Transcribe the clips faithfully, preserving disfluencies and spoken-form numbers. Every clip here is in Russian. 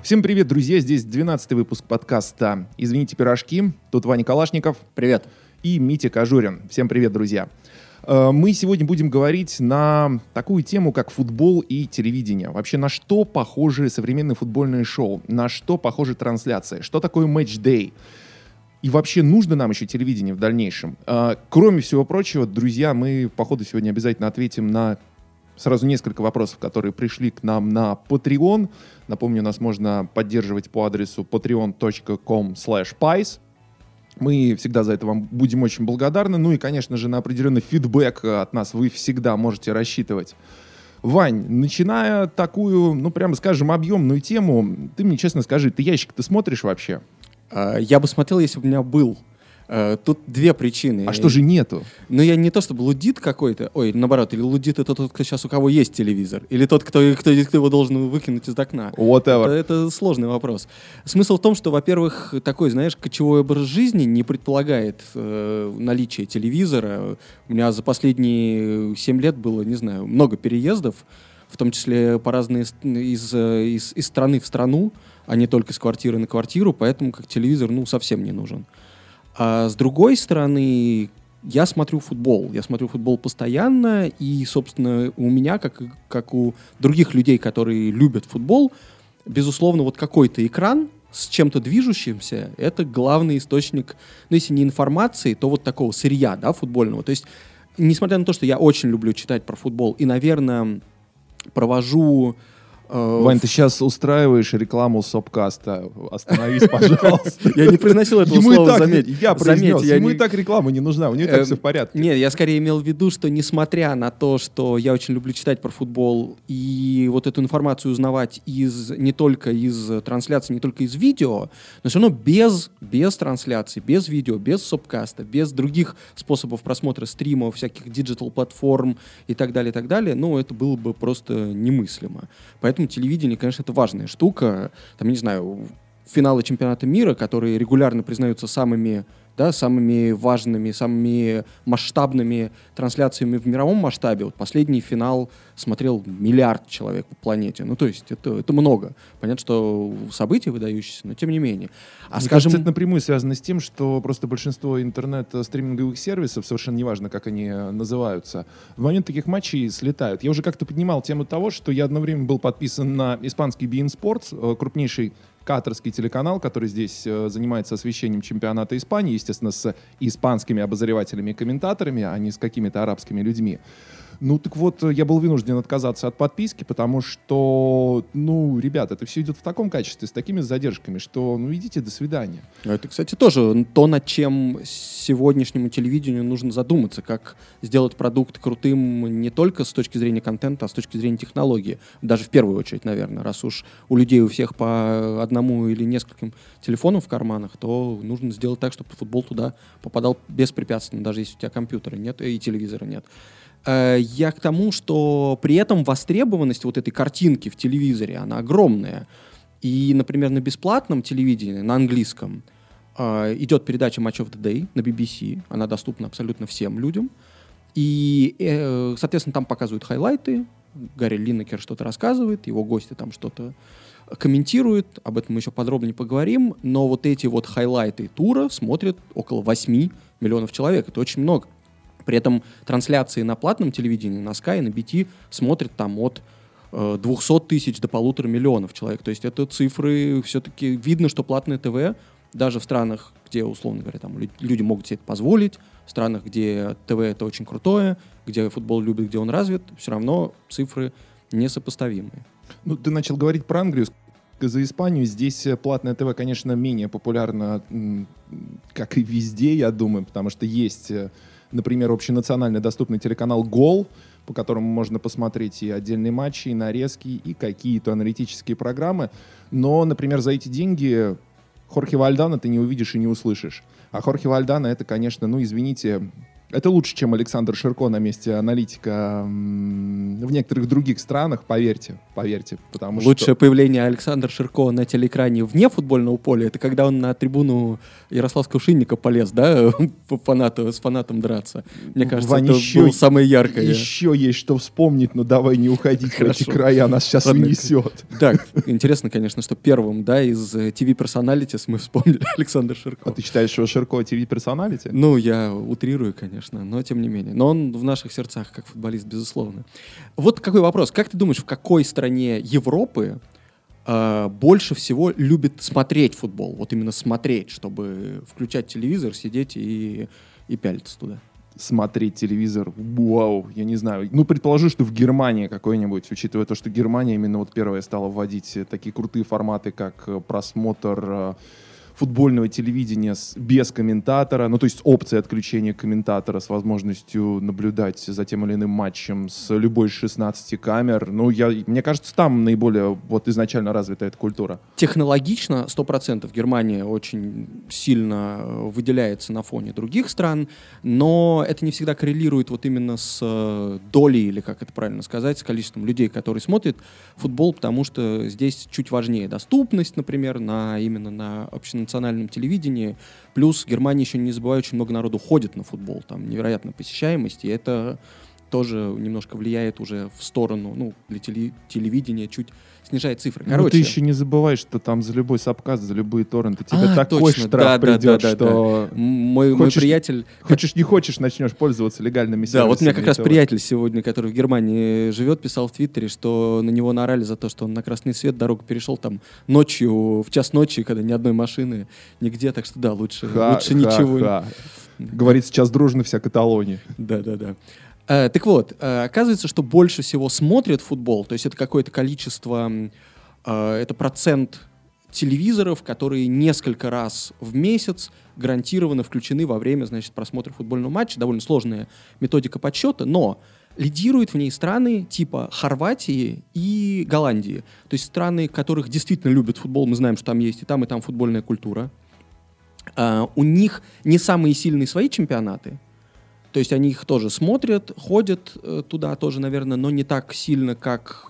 Всем привет, друзья! Здесь двенадцатый выпуск подкаста «Извините, пирожки». Тут Ваня Калашников. Привет. И Митя Кожурин. Всем привет, друзья! Мы сегодня будем говорить на такую тему, как футбол и телевидение. Вообще, на что похожи современные футбольные шоу? На что похожи трансляции? Что такое матч-дэй? И вообще, нужно нам еще телевидение в дальнейшем? Кроме всего прочего, друзья, мы, походу, сегодня обязательно ответим на сразу несколько вопросов, которые пришли к нам на Patreon. Напомню, нас можно поддерживать по адресу patreon точка com слэш pies. Мы всегда за это вам будем очень благодарны. Ну и, конечно же, на определенный фидбэк от нас вы всегда можете рассчитывать. Вань, начиная такую, ну, прямо скажем, объемную тему, ты мне честно скажи, ты ящик-то смотришь вообще? Я бы смотрел, если бы у меня был. Тут две причины. А что же нету? Ну, я не то чтобы лудит какой-то. Ой, наоборот, или лудит это тот, кто сейчас у кого есть телевизор. Или тот, кто, кто, кто его должен выкинуть из окна. Whatever. Это, это сложный вопрос. Смысл в том, что, во-первых, такой, знаешь, кочевой образ жизни не предполагает э, наличие телевизора. У меня за последние семь лет было, не знаю, много переездов, в том числе по разные из, из, из страны в страну, а не только с квартиры на квартиру, поэтому как телевизор, ну, совсем не нужен. А с другой стороны, я смотрю футбол. Я смотрю футбол постоянно, и, собственно, у меня, как, как у других людей, которые любят футбол, безусловно, вот какой-то экран с чем-то движущимся — это главный источник, ну, если не информации, то вот такого сырья, да, футбольного. То есть, несмотря на то, что я очень люблю читать про футбол и, наверное, провожу... Вань, ты сейчас устраиваешь рекламу Сопкаста. Остановись, пожалуйста. Я не произносил этого слова, заметь. Я произнес, ему и так реклама не нужна, у него так все в порядке. Нет, я скорее имел в виду, что несмотря на то, что я очень люблю читать про футбол и вот эту информацию узнавать из не только из трансляций, не только из видео, но все равно без, без трансляций, без видео, без Сопкаста, без других способов просмотра стримов, всяких диджитал-платформ и так далее, и так далее, ну, это было бы просто немыслимо. Поэтому Поэтому телевидение, конечно, это важная штука. Там, я не знаю, финалы чемпионата мира, которые регулярно признаются самыми, да, самыми важными, самыми масштабными трансляциями в мировом масштабе. Вот последний финал смотрел миллиард человек по планете. Ну, то есть это, это много. Понятно, что события выдающиеся, но тем не менее. А Мне скажем... кажется, это напрямую связано с тем, что просто большинство интернет-стриминговых сервисов, совершенно неважно, как они называются, в момент таких матчей слетают. Я уже как-то поднимал тему того, что я одно время был подписан на испанский би эн Sports, крупнейший катарский телеканал, который здесь э, занимается освещением чемпионата Испании, естественно, с испанскими обозревателями и комментаторами, а не с какими-то арабскими людьми. Ну, так вот, я был вынужден отказаться от подписки, потому что, ну, ребят, это все идет в таком качестве, с такими задержками, что, ну, идите, до свидания. Это, кстати, тоже то, над чем сегодняшнему телевидению нужно задуматься, как сделать продукт крутым не только с точки зрения контента, а с точки зрения технологии. Даже в первую очередь, наверное, раз уж у людей у всех по одному или нескольким телефонам в карманах, то нужно сделать так, чтобы футбол туда попадал беспрепятственно, даже если у тебя компьютера нет и телевизора нет. Я к тому, что при этом востребованность вот этой картинки в телевизоре, она огромная. И, например, на бесплатном телевидении, на английском, идет передача Match of the Day на би би си. Она доступна абсолютно всем людям. И, соответственно, там показывают хайлайты. Гарри Линнекер что-то рассказывает, его гости там что-то комментируют. Об этом мы еще подробнее поговорим. Но вот эти вот хайлайты тура смотрят около восемь миллионов человек. Это очень много. При этом трансляции на платном телевидении, на Sky, на би ти смотрят там от э, двести тысяч до полутора миллионов человек. То есть это цифры, все-таки видно, что платное ТВ, даже в странах, где, условно говоря, там, люди могут себе это позволить, в странах, где ТВ это очень крутое, где футбол любят, где он развит, все равно цифры несопоставимые. Ну, ты начал говорить про Англию. За Испанию здесь платное ТВ, конечно, менее популярно, как и везде, я думаю, потому что есть... Например, общенационально доступный телеканал «Гол», по которому можно посмотреть и отдельные матчи, и нарезки, и какие-то аналитические программы. Но, например, за эти деньги Хорхе Вальдана ты не увидишь и не услышишь. А Хорхе Вальдана — это, конечно, ну, извините, Это лучше, чем Александр Ширко на месте аналитика м, в некоторых других странах, поверьте, поверьте. Потому Лучшее что... появление Александра Ширко на телеэкране вне футбольного поля — это когда он на трибуну Ярославского Шинника полез, да, по фанату, с фанатом драться. Мне кажется, Вань, это еще, было самое яркое. Еще есть что вспомнить, но давай не уходить в эти края, нас сейчас Ладно. унесет. Так, интересно, конечно, что первым, да, из ти ви-персоналитис мы вспомнили Александра Ширко. А ты считаешь, что Ширко ти ви-персоналити? Ну, я утрирую, конечно, но тем не менее. Но он в наших сердцах как футболист, безусловно. Вот какой вопрос. Как ты думаешь, в какой стране Европы э, больше всего любят смотреть футбол? Вот именно смотреть, чтобы включать телевизор, сидеть и, и пялиться туда. Смотреть телевизор, вау, я не знаю. Ну, предположу, что в Германии какой-нибудь, учитывая то, что Германия именно вот первая стала вводить такие крутые форматы, как просмотр э, футбольного телевидения с, без комментатора, ну, то есть с опцией отключения комментатора, с возможностью наблюдать за тем или иным матчем с любой из шестнадцати камер. Ну, я, мне кажется, там наиболее вот изначально развита эта культура. Технологично сто процентов Германия очень сильно выделяется на фоне других стран, но это не всегда коррелирует вот именно с долей, или как это правильно сказать, с количеством людей, которые смотрят футбол, потому что здесь чуть важнее доступность, например, на, именно на общенациональном телевидении. Плюс в Германии, еще не забываю, очень много народу ходит на футбол, там невероятная посещаемость, и это тоже немножко влияет уже в сторону, ну, для теле- телевидения чуть снижает цифры. Короче. Ну, ты еще не забывай, что там за любой сабказ, за любые торренты тебе а, такой точно, штраф да, придет, да, да, что... Да. Мой, хочешь, мой приятель... Хочешь, не хочешь, начнешь пользоваться легальными сервисами. Да, вот у меня как раз этого. приятель сегодня, который в Германии живет, писал в Твиттере, что на него наорали за то, что он на красный свет дорогу перешел там ночью, в час ночи, когда ни одной машины, нигде. Так что да, лучше, Ха, лучше ха, ничего. Ха. Говорит сейчас дружно вся Каталония. Да, да, да. А, так вот, а, оказывается, что больше всего смотрят футбол, то есть это какое-то количество, а, это процент телевизоров, которые несколько раз в месяц гарантированно включены во время, значит, просмотра футбольного матча. Довольно сложная методика подсчета, но лидируют в ней страны типа Хорватии и Голландии. То есть страны, которых действительно любят футбол, мы знаем, что там есть и там, и там футбольная культура. А, у них не самые сильные свои чемпионаты. То есть они их тоже смотрят, ходят э, туда тоже, наверное, но не так сильно, как,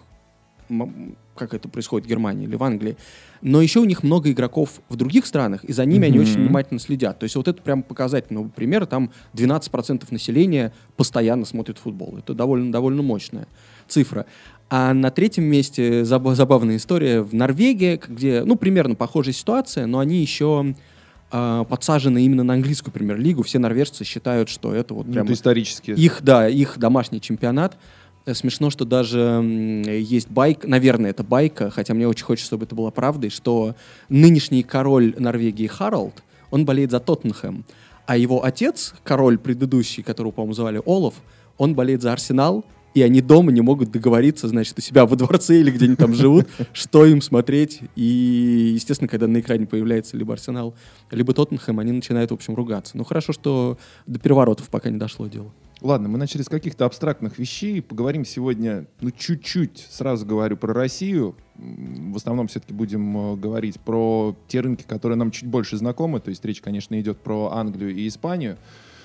как это происходит в Германии или в Англии. Но еще у них много игроков в других странах, и за ними mm-hmm. они очень внимательно следят. То есть вот это прям показательный пример. Там двенадцать процентов населения постоянно смотрит футбол. Это довольно, довольно мощная цифра. А на третьем месте заб- забавная история в Норвегии, где, ну, примерно похожая ситуация, но они еще... подсажены именно на английскую премьер-лигу. Все норвежцы считают, что это вот прям... Ну, это исторически. Их, да, их домашний чемпионат. Смешно, что даже есть байка, наверное, это байка, хотя мне очень хочется, чтобы это было правдой, что нынешний король Норвегии Харальд, он болеет за Тоттенхэм, а его отец, король предыдущий, которого, по-моему, звали Олаф, он болеет за Арсенал, и они дома не могут договориться, значит, у себя во дворце или где они там живут, что им смотреть. И, естественно, когда на экране появляется либо Арсенал, либо Тоттенхэм, они начинают, в общем, ругаться. Ну, хорошо, что до переворотов пока не дошло дело. Ладно, мы начали с каких-то абстрактных вещей. Поговорим сегодня, ну, чуть-чуть, сразу говорю, про Россию. В основном все-таки будем э, говорить про те рынки, которые нам чуть больше знакомы. То есть речь, конечно, идет про Англию и Испанию.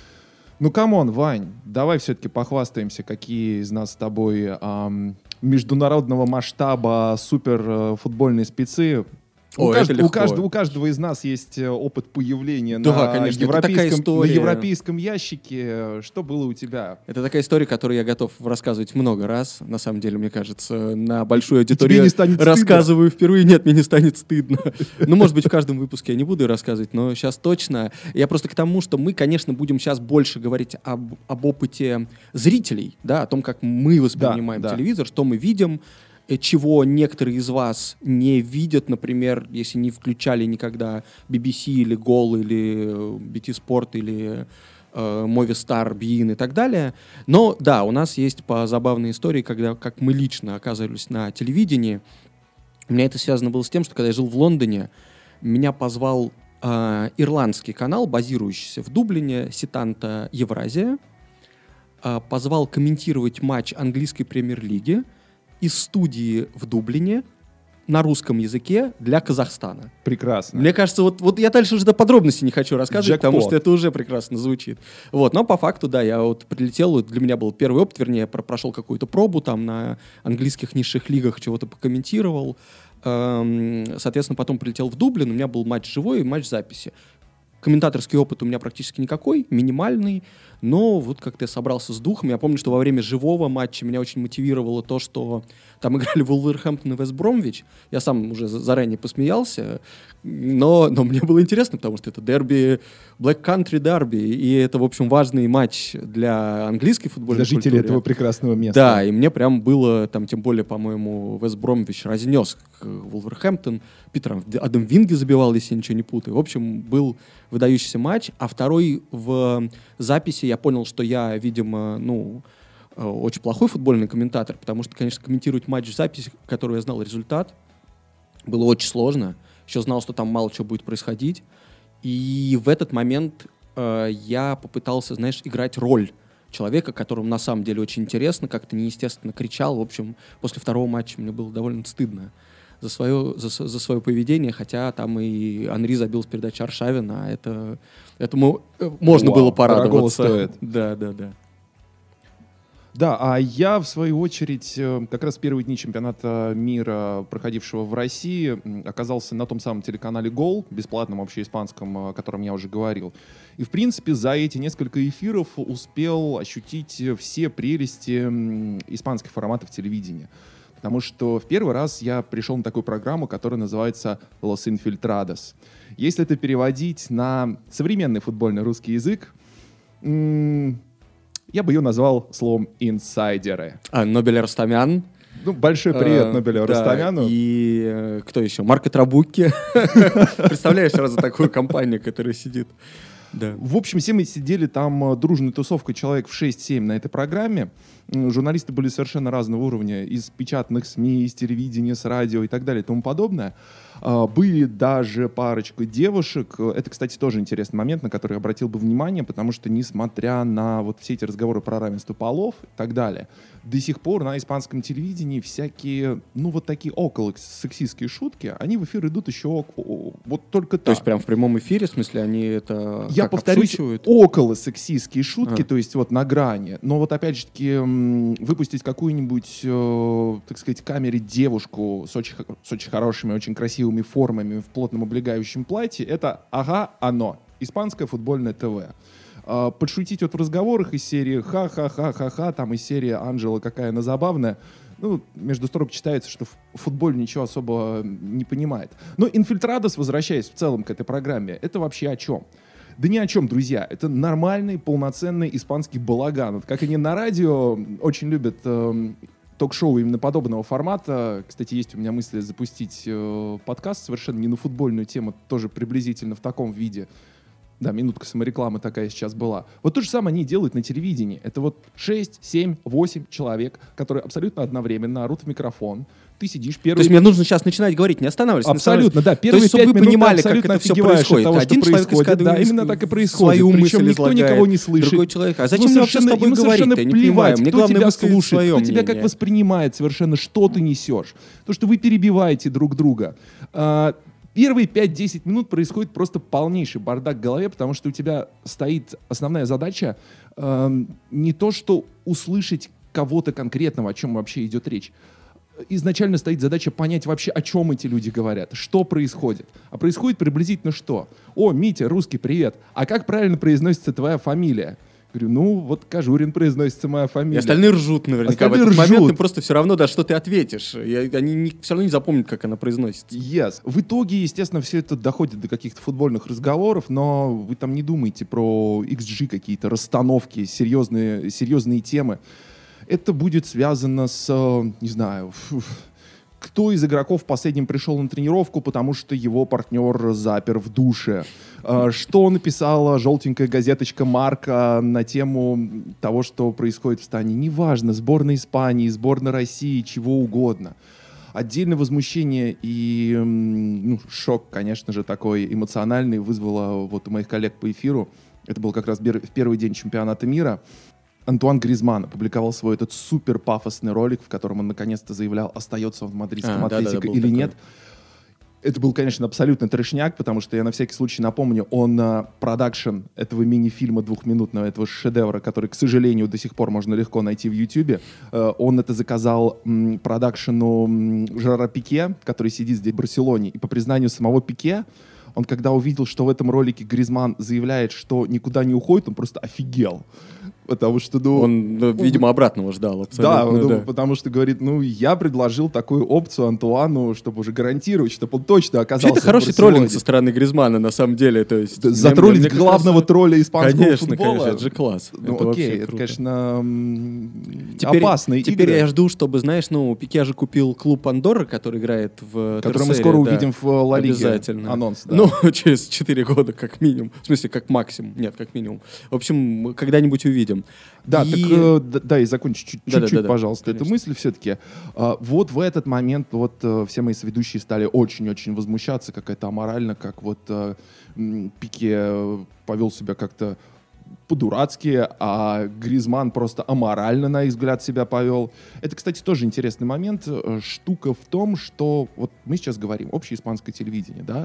Ну, камон, Вань, давай все-таки похвастаемся, какие из нас с тобой эм, международного масштаба суперфутбольные спецы. О, у, кажд... это у, каждого, у каждого из нас есть опыт появления да, на, конечно, европейском, на европейском ящике. Что было у тебя? Это такая история, которую я готов рассказывать много раз. На самом деле, мне кажется, на большую аудиторию рассказываю стыдно. Впервые. Нет, мне не станет стыдно. Ну, может быть, в каждом выпуске я не буду рассказывать, но сейчас точно. Я просто к тому, что мы, конечно, будем сейчас больше говорить об, об опыте зрителей, да, о том, как мы воспринимаем да, телевизор, да. что мы видим, чего некоторые из вас не видят, например, если не включали никогда би би си или Гол, или би ти Sport, или э, Movistar, Bein и так далее. Но да, у нас есть по забавной истории, когда как мы лично оказывались на телевидении. У меня это связано было с тем, что когда я жил в Лондоне, меня позвал э, ирландский канал, базирующийся в Дублине, Сетанта Евразия, э, позвал комментировать матч английской премьер-лиги из студии в Дублине на русском языке для Казахстана. Прекрасно. Мне кажется, вот, вот я дальше уже до подробностей не хочу рассказывать, Джекпот. потому что это уже прекрасно звучит. Вот, но по факту, да, я вот прилетел, для меня был первый опыт, вернее, я про- прошел какую-то пробу там на английских низших лигах, чего-то покомментировал. Эм, соответственно, потом прилетел в Дублин, у меня был матч живой и матч записи. Комментаторский опыт у меня практически никакой, минимальный, но вот как-то я собрался с духом. Я помню, что во время живого матча меня очень мотивировало то, что там играли Вулверхэмптон и Вест Бромвич. Я сам уже заранее посмеялся, но, но мне было интересно, потому что это дерби, Black Country дерби, и это, в общем, важный матч для английской футбольной Для жителей культуры. этого прекрасного места. Да, и мне прям было, там, тем более, по-моему, Вест Бромвич разнес Вулверхэмптон. Питер Адам Винги забивал, если я ничего не путаю. В общем, был выдающийся матч. А второй в записи я понял, что я, видимо, ну, очень плохой футбольный комментатор, потому что, конечно, комментировать матч в записи, который я знал результат, было очень сложно. Еще знал, что там мало чего будет происходить. И в этот момент э, я попытался, знаешь, играть роль человека, которому на самом деле очень интересно, как-то неестественно кричал. В общем, после второго матча мне было довольно стыдно за свое, за, за свое поведение, хотя там и Анри забил с передачи Аршавина, а это, этому можно Вау, было порадоваться. дорого стоит. Да, да, да. Да, а я, в свою очередь, э, как раз в первые дни чемпионата мира, проходившего в России, м, оказался на том самом телеканале «Гол», бесплатном общеиспанском, о котором я уже говорил. И, в принципе, за эти несколько эфиров успел ощутить все прелести м, испанских форматов телевидения. Потому что в первый раз я пришел на такую программу, которая называется «Los Infiltrados». Если это переводить на современный футбольный русский язык, м- я бы ее назвал словом «инсайдеры». А, Нобель Ростомян. Ну, большой привет Э, Нобелю да, Ростомяну. И э, кто еще? Марко Трабукки. Представляешь сразу такую компанию, которая сидит. Да. В общем, все мы сидели там э, дружной тусовкой человек в шесть-семь на этой программе. М, Журналисты были совершенно разного уровня. Из печатных СМИ, из телевидения, с радио и так далее и тому подобное. А, Были даже парочка девушек. Это, кстати, тоже интересный момент, на который я обратил бы внимание, потому что, несмотря на вот все эти разговоры про равенство полов и так далее, до сих пор на испанском телевидении всякие, ну, вот такие около сексистские шутки, они в эфир идут еще ок- о- вот только так. То есть прям в прямом эфире, в смысле, они это Я как повторюсь, обшучивают? около сексистские шутки, А. то есть вот на грани. Но вот опять же таки м, выпустить какую-нибудь, э, так сказать, камере девушку с очень, хо- с очень хорошими, очень красивыми формами в плотном облегающем платье, это ага, оно. Испанское футбольное ТВ. А, подшутить вот в разговорах из серии ха-ха-ха-ха-ха, там из серии Анжела какая она забавная. Ну, между строк читается, что в футболе ничего особо не понимает. Но «Инфильтрадос», возвращаясь в целом к этой программе, это вообще о чем? Да ни о чем, друзья. Это нормальный, полноценный испанский балаган. Вот как они на радио очень любят эм, ток-шоу именно подобного формата. Кстати, есть у меня мысль запустить э, подкаст совершенно не на футбольную тему, тоже приблизительно в таком виде. Да, минутка саморекламы такая сейчас была. Вот то же самое они делают на телевидении. Это вот шесть, семь, восемь человек, которые абсолютно одновременно орут в микрофон. Ты сидишь первый... То есть мне нужно сейчас начинать говорить, не останавливайся. не Абсолютно, да. останавливайся. Первые То есть, чтобы пять вы минут понимали, ты как абсолютно это все офигеваешь происходит. от того, Один что человек происходит. Да, высказывает именно так и происходит. свою Причем мысль никто излагает, никого не слышит. другой человек. А Ему зачем мне вообще с совершенно- тобой ему говорить? совершенно Я не плевать, понимаю. Мне кто главное тебя высказать слушает, свое кто тебя как мнение. воспринимает совершенно, что ты несешь. То, что вы перебиваете друг друга. А, Первые пять-десять минут происходит просто полнейший бардак в голове, потому что у тебя стоит основная задача эм, не то, что услышать кого-то конкретного, о чем вообще идет речь. Изначально стоит задача понять вообще, о чем эти люди говорят, что происходит. А происходит приблизительно что? О, Митя, русский, привет. А как правильно произносится твоя фамилия? Говорю, ну, вот Кожурин произносится моя И фамилия. остальные ржут наверняка. Остальные в этот момент ржут. ты просто все равно, да, что ты ответишь. И они не- все равно не запомнят, как она произносится. Yes. В итоге, естественно, все это доходит до каких-то футбольных разговоров, но вы там не думайте про икс джи какие-то расстановки, серьезные, серьезные темы. Это будет связано с, э, не знаю, фу, кто из игроков последним пришел на тренировку, потому что его партнер запер в душе. Э, Что написала желтенькая газеточка Марка на тему того, что происходит в стане. Неважно, сборная Испании, сборная России, чего угодно. Отдельное возмущение и м, ну, шок, конечно же, такой эмоциональный вызвало вот у моих коллег по эфиру. Это был как раз бер- в первый день чемпионата мира. Антуан Гризман опубликовал свой этот супер пафосный ролик, в котором он наконец-то заявлял, остается он в мадридском А, Атлетико да-да-да, был или такой. нет. Это был, конечно, абсолютно трэшняк, потому что я на всякий случай напомню, он э, продакшн этого мини-фильма двухминутного, этого шедевра, который, к сожалению, до сих пор можно легко найти в Ютьюбе, э, он это заказал м, продакшену м, Жерара Пике, который сидит здесь в Барселоне. И по признанию самого Пике, он когда увидел, что в этом ролике Гризман заявляет, что никуда не уходит, он просто офигел. Потому что, ну... Он, ну, видимо, обратного ждал Да, абсолютно. ну, Да. потому что говорит, ну, я предложил такую опцию Антуану, чтобы уже гарантировать, чтобы он точно Вообще, оказался это в хороший Барселоне. троллинг со стороны Гризмана, на самом деле. То есть, Да, мне- затроллить мне как главного раз- тролля испанского Конечно, футбола. конечно, это же класс. Ну, Это вообще окей, это, круто. конечно, м, Теперь, опасные теперь игры, я жду, чтобы, знаешь, ну, Пике же купил клуб Андорра, который играет в которые мы Терцере, скоро да. увидим в Ла Лиге. Обязательно. Анонс, да. Ну, через четыре года как минимум. В смысле, как максимум. Нет, как минимум. В общем, когда-нибудь увидим. Да, И- так э, да, да, и закончи чуть- Да-да-да-да, чуть-чуть, пожалуйста, эту конечно. мысль все-таки. А, вот в этот момент вот э, все мои соведущие стали очень-очень возмущаться, как это аморально, как вот э, м, Пике э, повел себя как-то по-дурацки, а Гризман просто аморально, на их взгляд, себя повел. Это, кстати, тоже интересный момент. Э, Штука в том, что вот мы сейчас говорим, общее испанское телевидение, да?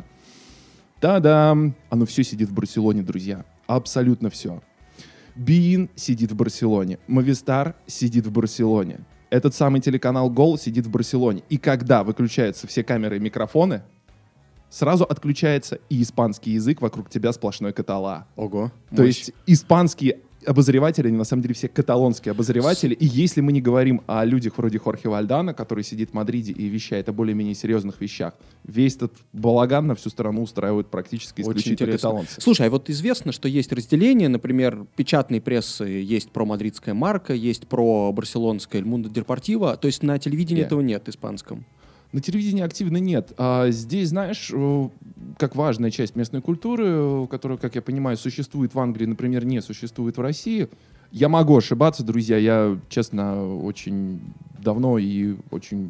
Та-да! Оно все сидит в Барселоне, друзья. Абсолютно все. Биин сидит в Барселоне. Мовистар сидит в Барселоне. Этот самый телеканал Гол сидит в Барселоне. И когда выключаются все камеры и микрофоны, сразу отключается и испанский язык, вокруг тебя сплошной катала. Ого. То мощь. есть испанские обозреватели, они на самом деле все каталонские обозреватели. И если мы не говорим о людях вроде Хорхе Вальдана, который сидит в Мадриде и вещает о более-менее серьезных вещах, весь этот балаган на всю страну устраивают практически Очень исключительно интересно. каталонцы. Слушай, а вот известно, что есть разделение, например, печатной прессы есть про мадридская марка, есть про барселонская Эль Мундо Депортиво, то есть на телевидении Yeah. этого нет испанском. На телевидении активно нет. А здесь, знаешь, э, как важная часть местной культуры, э, которая, как я понимаю, существует в Англии, например, не существует в России. Я могу ошибаться, друзья. Я, честно, очень давно и очень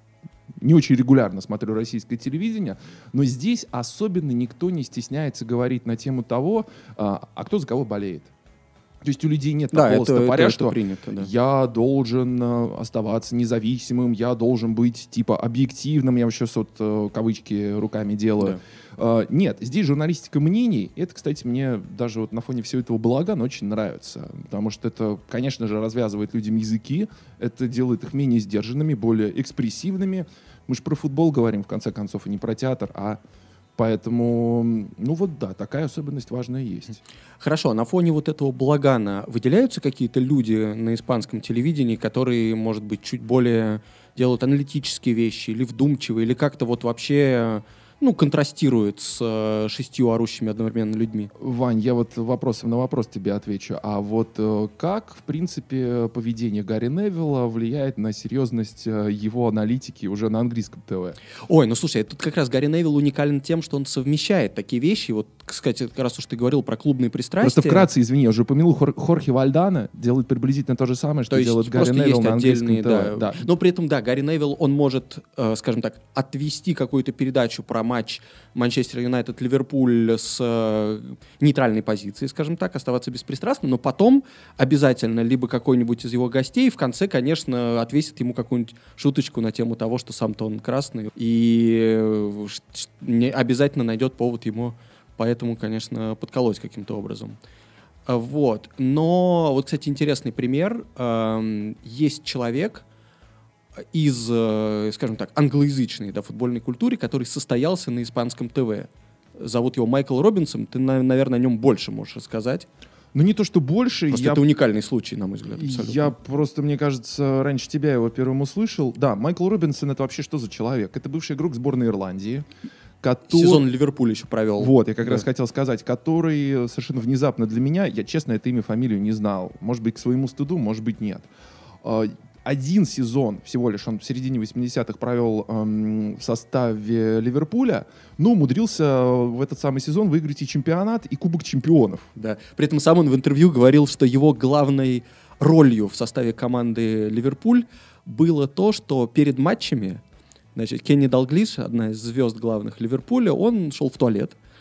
не очень регулярно смотрю российское телевидение, но здесь особенно никто не стесняется говорить на тему того, а, а кто за кого болеет. То есть у людей нет Да, такого это, стопоря, это- это что принято, да. я должен э, оставаться независимым, я должен быть типа объективным, я вообще вот э, кавычки руками делаю. Э, нет, здесь журналистика мнений. Это, кстати, мне даже вот на фоне всего этого балагана очень нравится, потому что это, конечно же, развязывает людям языки, это делает их менее сдержанными, более экспрессивными. Мы же про футбол говорим, в конце концов, и не про театр, а поэтому, ну вот да, такая особенность важная есть. Хорошо, а на фоне вот этого балагана выделяются какие-то люди на испанском телевидении, которые, может быть, чуть более делают аналитические вещи или вдумчивые, или как-то вот вообще, ну, контрастируют с э, шестью орущими одновременно людьми? Вань, я вот вопросом на вопрос тебе отвечу. А вот э, как, в принципе, поведение Гарри Невилла влияет на серьезность э, его аналитики уже на английском ТВ? Ой, ну слушай, тут как раз Гарри Невилл уникален тем, что он совмещает такие вещи. Вот, кстати, раз уж ты говорил про клубные пристрастия. Просто вкратце, извини, я уже упомянул, Хор- Хорхе Вальдана делает приблизительно то же самое, что То есть делает Гарри просто Невилл есть на английском отдельные, ТВ. да. Да. Но при этом, да, Гарри Невилл, он может, э, скажем так, отвести какую-то передачу про матч Манчестер Юнайтед-Ливерпуль с э, нейтральной позиции, скажем так, оставаться беспристрастным, но потом обязательно либо какой-нибудь из его гостей в конце, конечно, отвесит ему какую-нибудь шуточку на тему того, что сам-то он красный, и э, ш- ш- не обязательно найдет повод ему поэтому, конечно, подколоть каким-то образом. А, Вот. Но вот, кстати, интересный пример. Эм, Есть человек из, э, скажем так, англоязычной, да, футбольной культуры, который состоялся на испанском ТВ. Зовут его Майкл Робинсон. Ты, на- наверное, о нем больше можешь рассказать. Ну не то, что больше. Просто я это уникальный случай, на мой взгляд, абсолютно. Я просто, мне кажется, раньше тебя его первым услышал. Да, Майкл Робинсон — это вообще что за человек? Это бывший игрок сборной Ирландии. Который... Сезон Ливерпуль еще провел. Вот, я как Да. раз хотел сказать, который совершенно внезапно для меня, я честно это имя, фамилию не знал. Может быть, к своему стыду, может быть, нет. А, Один сезон всего лишь он в середине восьмидесятых провел эм, в составе Ливерпуля, но умудрился в этот самый сезон выиграть и чемпионат, и Кубок чемпионов. Да. При этом сам он в интервью говорил, что его главной ролью в составе команды Ливерпуль было то, что перед матчами, значит, Кенни Далглиш, одна из звезд главных Ливерпуля, он шел в туалет,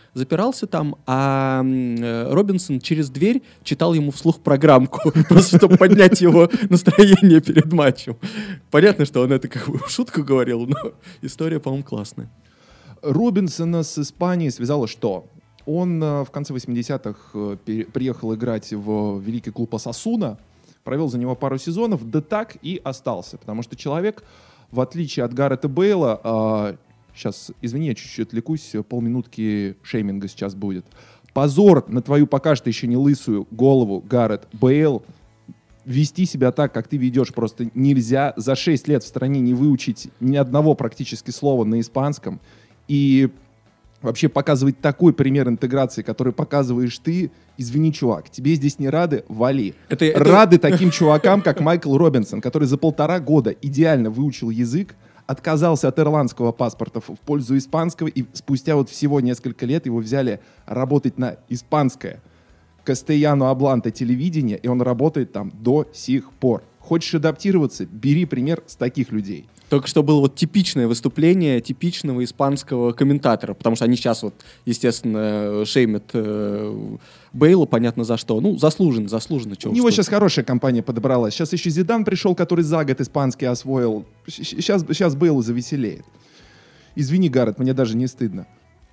запирался там, а э, Робинсон через дверь читал ему вслух программку, просто чтобы поднять его настроение перед матчем. Понятно, что он это как бы в шутку говорил, но история, по-моему, классная. Робинсона с Испанией связало что? Он э, в конце восьмидесятых э, пере- приехал играть в великий клуб «Осасуна», провел за него пару сезонов, да так и остался. Потому что человек, в отличие от Гаррета Бейла, э, сейчас, извини, я чуть-чуть отвлекусь, полминутки шейминга сейчас будет. Позор на твою пока что еще не лысую голову, Гаррет Бейл. Вести себя так, как ты ведешь, просто нельзя. За шесть лет в стране не выучить ни одного практически слова на испанском. И вообще показывать такой пример интеграции, который показываешь ты, извини, чувак, тебе здесь не рады, вали. Это, это... Рады таким чувакам, как Майкл Робинсон, который за полтора года идеально выучил язык, отказался от ирландского паспорта в пользу испанского, и спустя вот всего несколько лет его взяли работать на испанское Castellano Hablante телевидение, и он работает там до сих пор. Хочешь адаптироваться, бери пример с таких людей. Только что было вот типичное выступление типичного испанского комментатора, потому что они сейчас вот, естественно, шеймят э, Бейла, понятно за что. Ну, заслуженно, заслуженно. У него сейчас хорошая компания подобралась. Сейчас еще Зидан пришел, который за год испанский освоил. Сейчас, сейчас Бейлу завеселеет. Извини, Гаррет, мне даже не стыдно.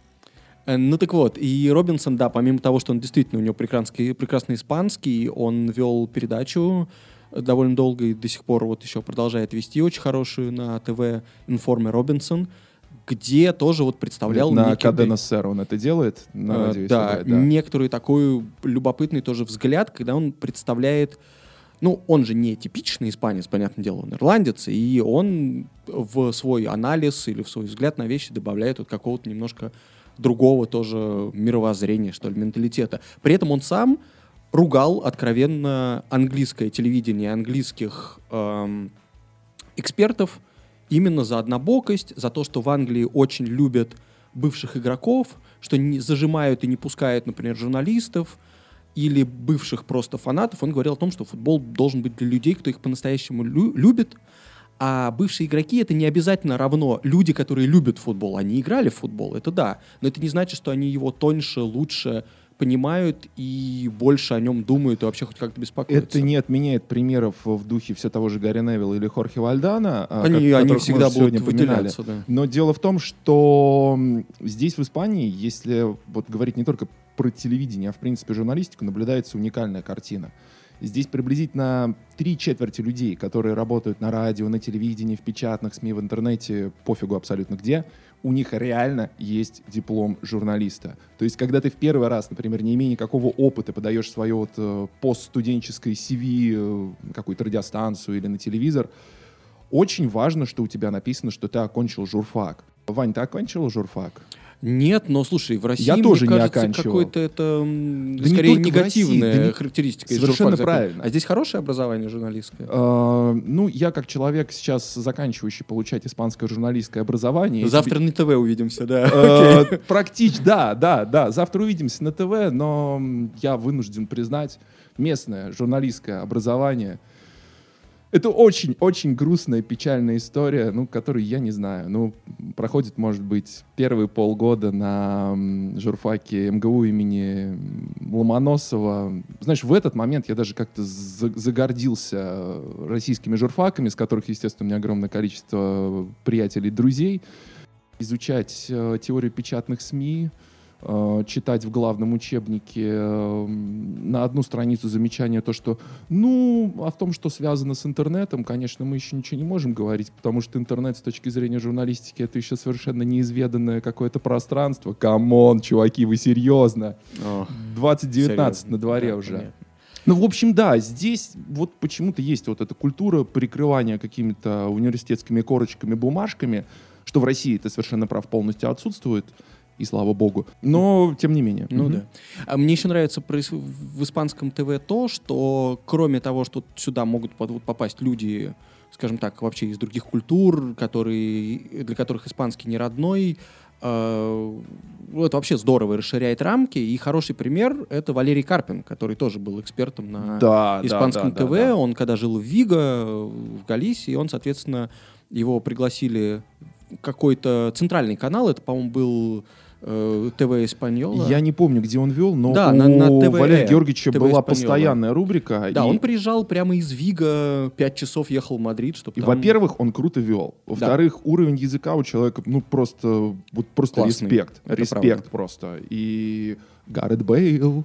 Ну так вот, и Робинсон, да, помимо того, что он действительно, у него прекрасный, прекрасный испанский, он вел передачу довольно долго и до сих пор вот еще продолжает вести очень хорошую на ТВ «Информе Робинсон», где тоже вот представлял... На Кадена Сэр он это делает? На радио, да, да, некоторый такой любопытный тоже взгляд, когда он представляет... Ну, он же не типичный испанец, понятное дело, он ирландец, и он в свой анализ или в свой взгляд на вещи добавляет вот какого-то немножко другого тоже мировоззрения, что ли, менталитета. При этом он сам ругал откровенно английское телевидение, английских эм, экспертов именно за однобокость, за то, что в Англии очень любят бывших игроков, что не зажимают и не пускают, например, журналистов или бывших просто фанатов. Он говорил о том, что футбол должен быть для людей, кто их по-настоящему лю- любит, а бывшие игроки — это не обязательно равно люди, которые любят футбол. Они играли в футбол, это да, но это не значит, что они его тоньше, лучше понимают и больше о нем думают и вообще хоть как-то беспокоятся. Это не отменяет примеров в духе все того же Гарри Невилла или Хорхе Вальдана, они, они всегда будут выделяться. Да. Но дело в том, что здесь, в Испании, если вот говорить не только про телевидение, а в принципе журналистику, наблюдается уникальная картина. Здесь приблизительно три четверти людей, которые работают на радио, на телевидении, в печатных СМИ, в интернете, пофигу абсолютно где, у них реально есть диплом журналиста. То есть, когда ты в первый раз, например, не имея никакого опыта, подаешь свое вот, э, постстуденческое си ви, э, какую-то радиостанцию или на телевизор, очень важно, что у тебя написано, что ты окончил журфак. Вань, ты окончил журфак? Нет, но слушай, в России, я мне тоже кажется, не оканчивал. какой-то это да не скорее негативная да не... характеристика. Совершенно журфак правильно. А здесь хорошее образование журналистское? А, ну, я как человек, сейчас заканчивающий получать испанское журналистское образование... Завтра на ТВ увидимся, да. А, практически, да, да, да. Завтра увидимся на ТВ, но я вынужден признать, местное журналистское образование — это очень-очень грустная, печальная история, ну, которую я не знаю. Ну, проходит, может быть, первые полгода на журфаке эм гэ у имени Ломоносова. Знаешь, в этот момент я даже как-то загордился российскими журфаками, с которых, естественно, у меня огромное количество приятелей и друзей. Изучать э, теорию печатных СМИ, читать в главном учебнике на одну страницу замечание то, что ну, о том, что связано с интернетом, конечно, мы еще ничего не можем говорить, потому что интернет с точки зрения журналистики — это еще совершенно неизведанное какое-то пространство. Камон, чуваки, вы серьезно? двадцать девятнадцать на дворе, да, уже. Понятно. Ну, в общем, да, здесь вот почему-то есть вот эта культура прикрывания какими-то университетскими корочками, бумажками, что в России, ты совершенно прав, полностью отсутствует. И слава богу. Но, тем не менее. Ну, mm-hmm. да. А мне еще нравится в испанском ТВ то, что кроме того, что сюда могут попасть люди, скажем так, вообще из других культур, которые, для которых испанский не родной, э, это вообще здорово, расширяет рамки. И хороший пример — это Валерий Карпин, который тоже был экспертом на да, испанском да, да, ТВ. Да, да. Он когда жил в Виго, в Галисии, он, соответственно, его пригласили какой-то центральный канал, это, по-моему, был э, ТВ Испаньола. Я не помню, где он вел, но да, у на, на ТВ, Валерия Георгиевича ТВ была Испаньола. Постоянная рубрика. Да, и... он приезжал прямо из Вига, пять часов ехал в Мадрид, чтобы И, там... во-первых, он круто вел. Во-вторых, да. уровень языка у человека, ну, просто, вот, просто респект. Это респект правда. Просто. И Гаррет Бейл.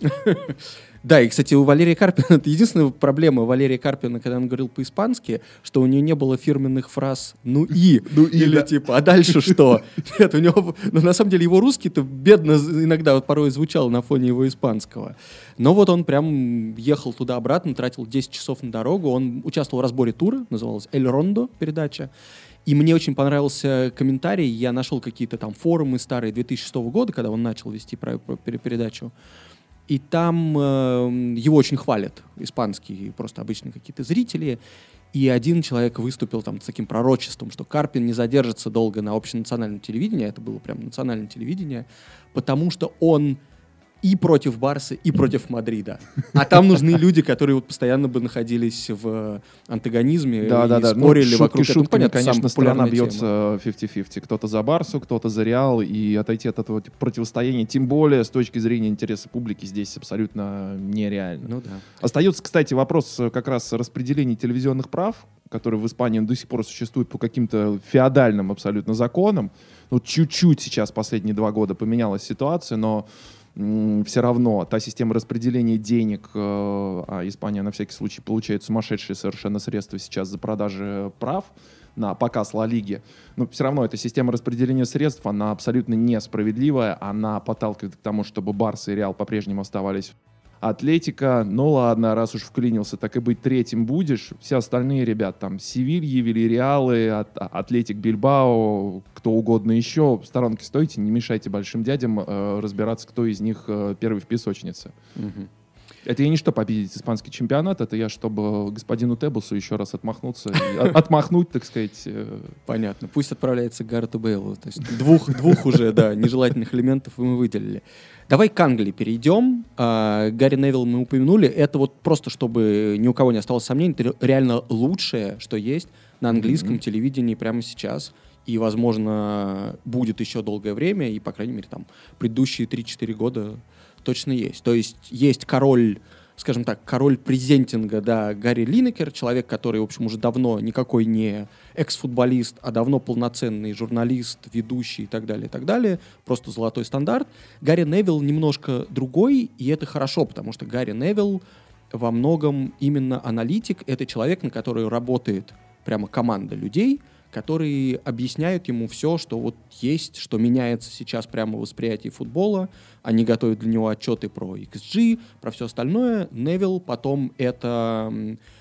Да, и, кстати, у Валерия Карпина, это единственная проблема Валерия Карпина, когда он говорил по-испански, что у него не было фирменных фраз «ну и», ну и или да. типа «а дальше что?». Нет, у него, ну, на самом деле, его русский-то бедно иногда вот порой звучал на фоне его испанского. Но вот он прям ехал туда-обратно, тратил десять часов на дорогу, он участвовал в разборе тура, называлась «Эль Рондо» передача. И мне очень понравился комментарий, я нашел какие-то там форумы старые две тысячи шестого года, когда он начал вести про, про передачу. И там э, его очень хвалят, испанские, просто обычные какие-то зрители. И один человек выступил там с таким пророчеством, что Карпин не задержится долго на общенациональном телевидении, это было прям национальное телевидение, потому что он и против Барсы, и против Мадрида. А там нужны люди, которые вот постоянно бы находились в антагонизме да, и да, да. спорили ну, вокруг шутками, этого. Понятно, конечно, страна бьется тема. пятьдесят на пятьдесят. Кто-то за Барсу, кто-то за Реал. И отойти от этого противостояния, тем более с точки зрения интереса публики, здесь абсолютно нереально. Ну, да. Остается, кстати, вопрос как раз распределения телевизионных прав, которые в Испании до сих пор существуют по каким-то феодальным абсолютно законам. Ну, чуть-чуть сейчас, последние два года, поменялась ситуация, но все равно та система распределения денег, э, а Испания на всякий случай получает сумасшедшие совершенно средства сейчас за продажи прав на показ Ла Лиги, но все равно эта система распределения средств, она абсолютно несправедливая, она подталкивает к тому, чтобы Барса и Реал по-прежнему оставались. Атлетика, ну ладно, раз уж вклинился, так и быть, третьим будешь. Все остальные ребят, там, Севильи, Вильяреалы, Ат- Атлетик Бильбао, кто угодно еще, в сторонке стойте, не мешайте большим дядям э, разбираться, кто из них э, первый в песочнице. Угу. Это я не что победить испанский чемпионат, это я, чтобы господину Тебусу еще раз отмахнуться, и, от, отмахнуть, так сказать. Э... Понятно, пусть отправляется к Гаррету Бейлу. То есть двух, двух уже, да, нежелательных элементов мы выделили. Давай к Англии перейдем. А, Гарри Невилл мы упомянули. Это вот просто, чтобы ни у кого не осталось сомнений, это реально лучшее, что есть на английском mm-hmm. телевидении прямо сейчас. И, возможно, будет еще долгое время, и, по крайней мере, там предыдущие три-четыре года точно есть. То есть есть король, скажем так, король презентинга, да, Гарри Линекер, человек, который, в общем, уже давно никакой не экс-футболист, а давно полноценный журналист, ведущий и так далее, и так далее. Просто золотой стандарт. Гарри Невилл немножко другой, и это хорошо, потому что Гарри Невилл во многом именно аналитик. Это человек, на который работает прямо команда людей, которые объясняют ему все, что вот есть, что меняется сейчас прямо в восприятии футбола. Они готовят для него отчеты про икс джи, про все остальное. Невилл потом это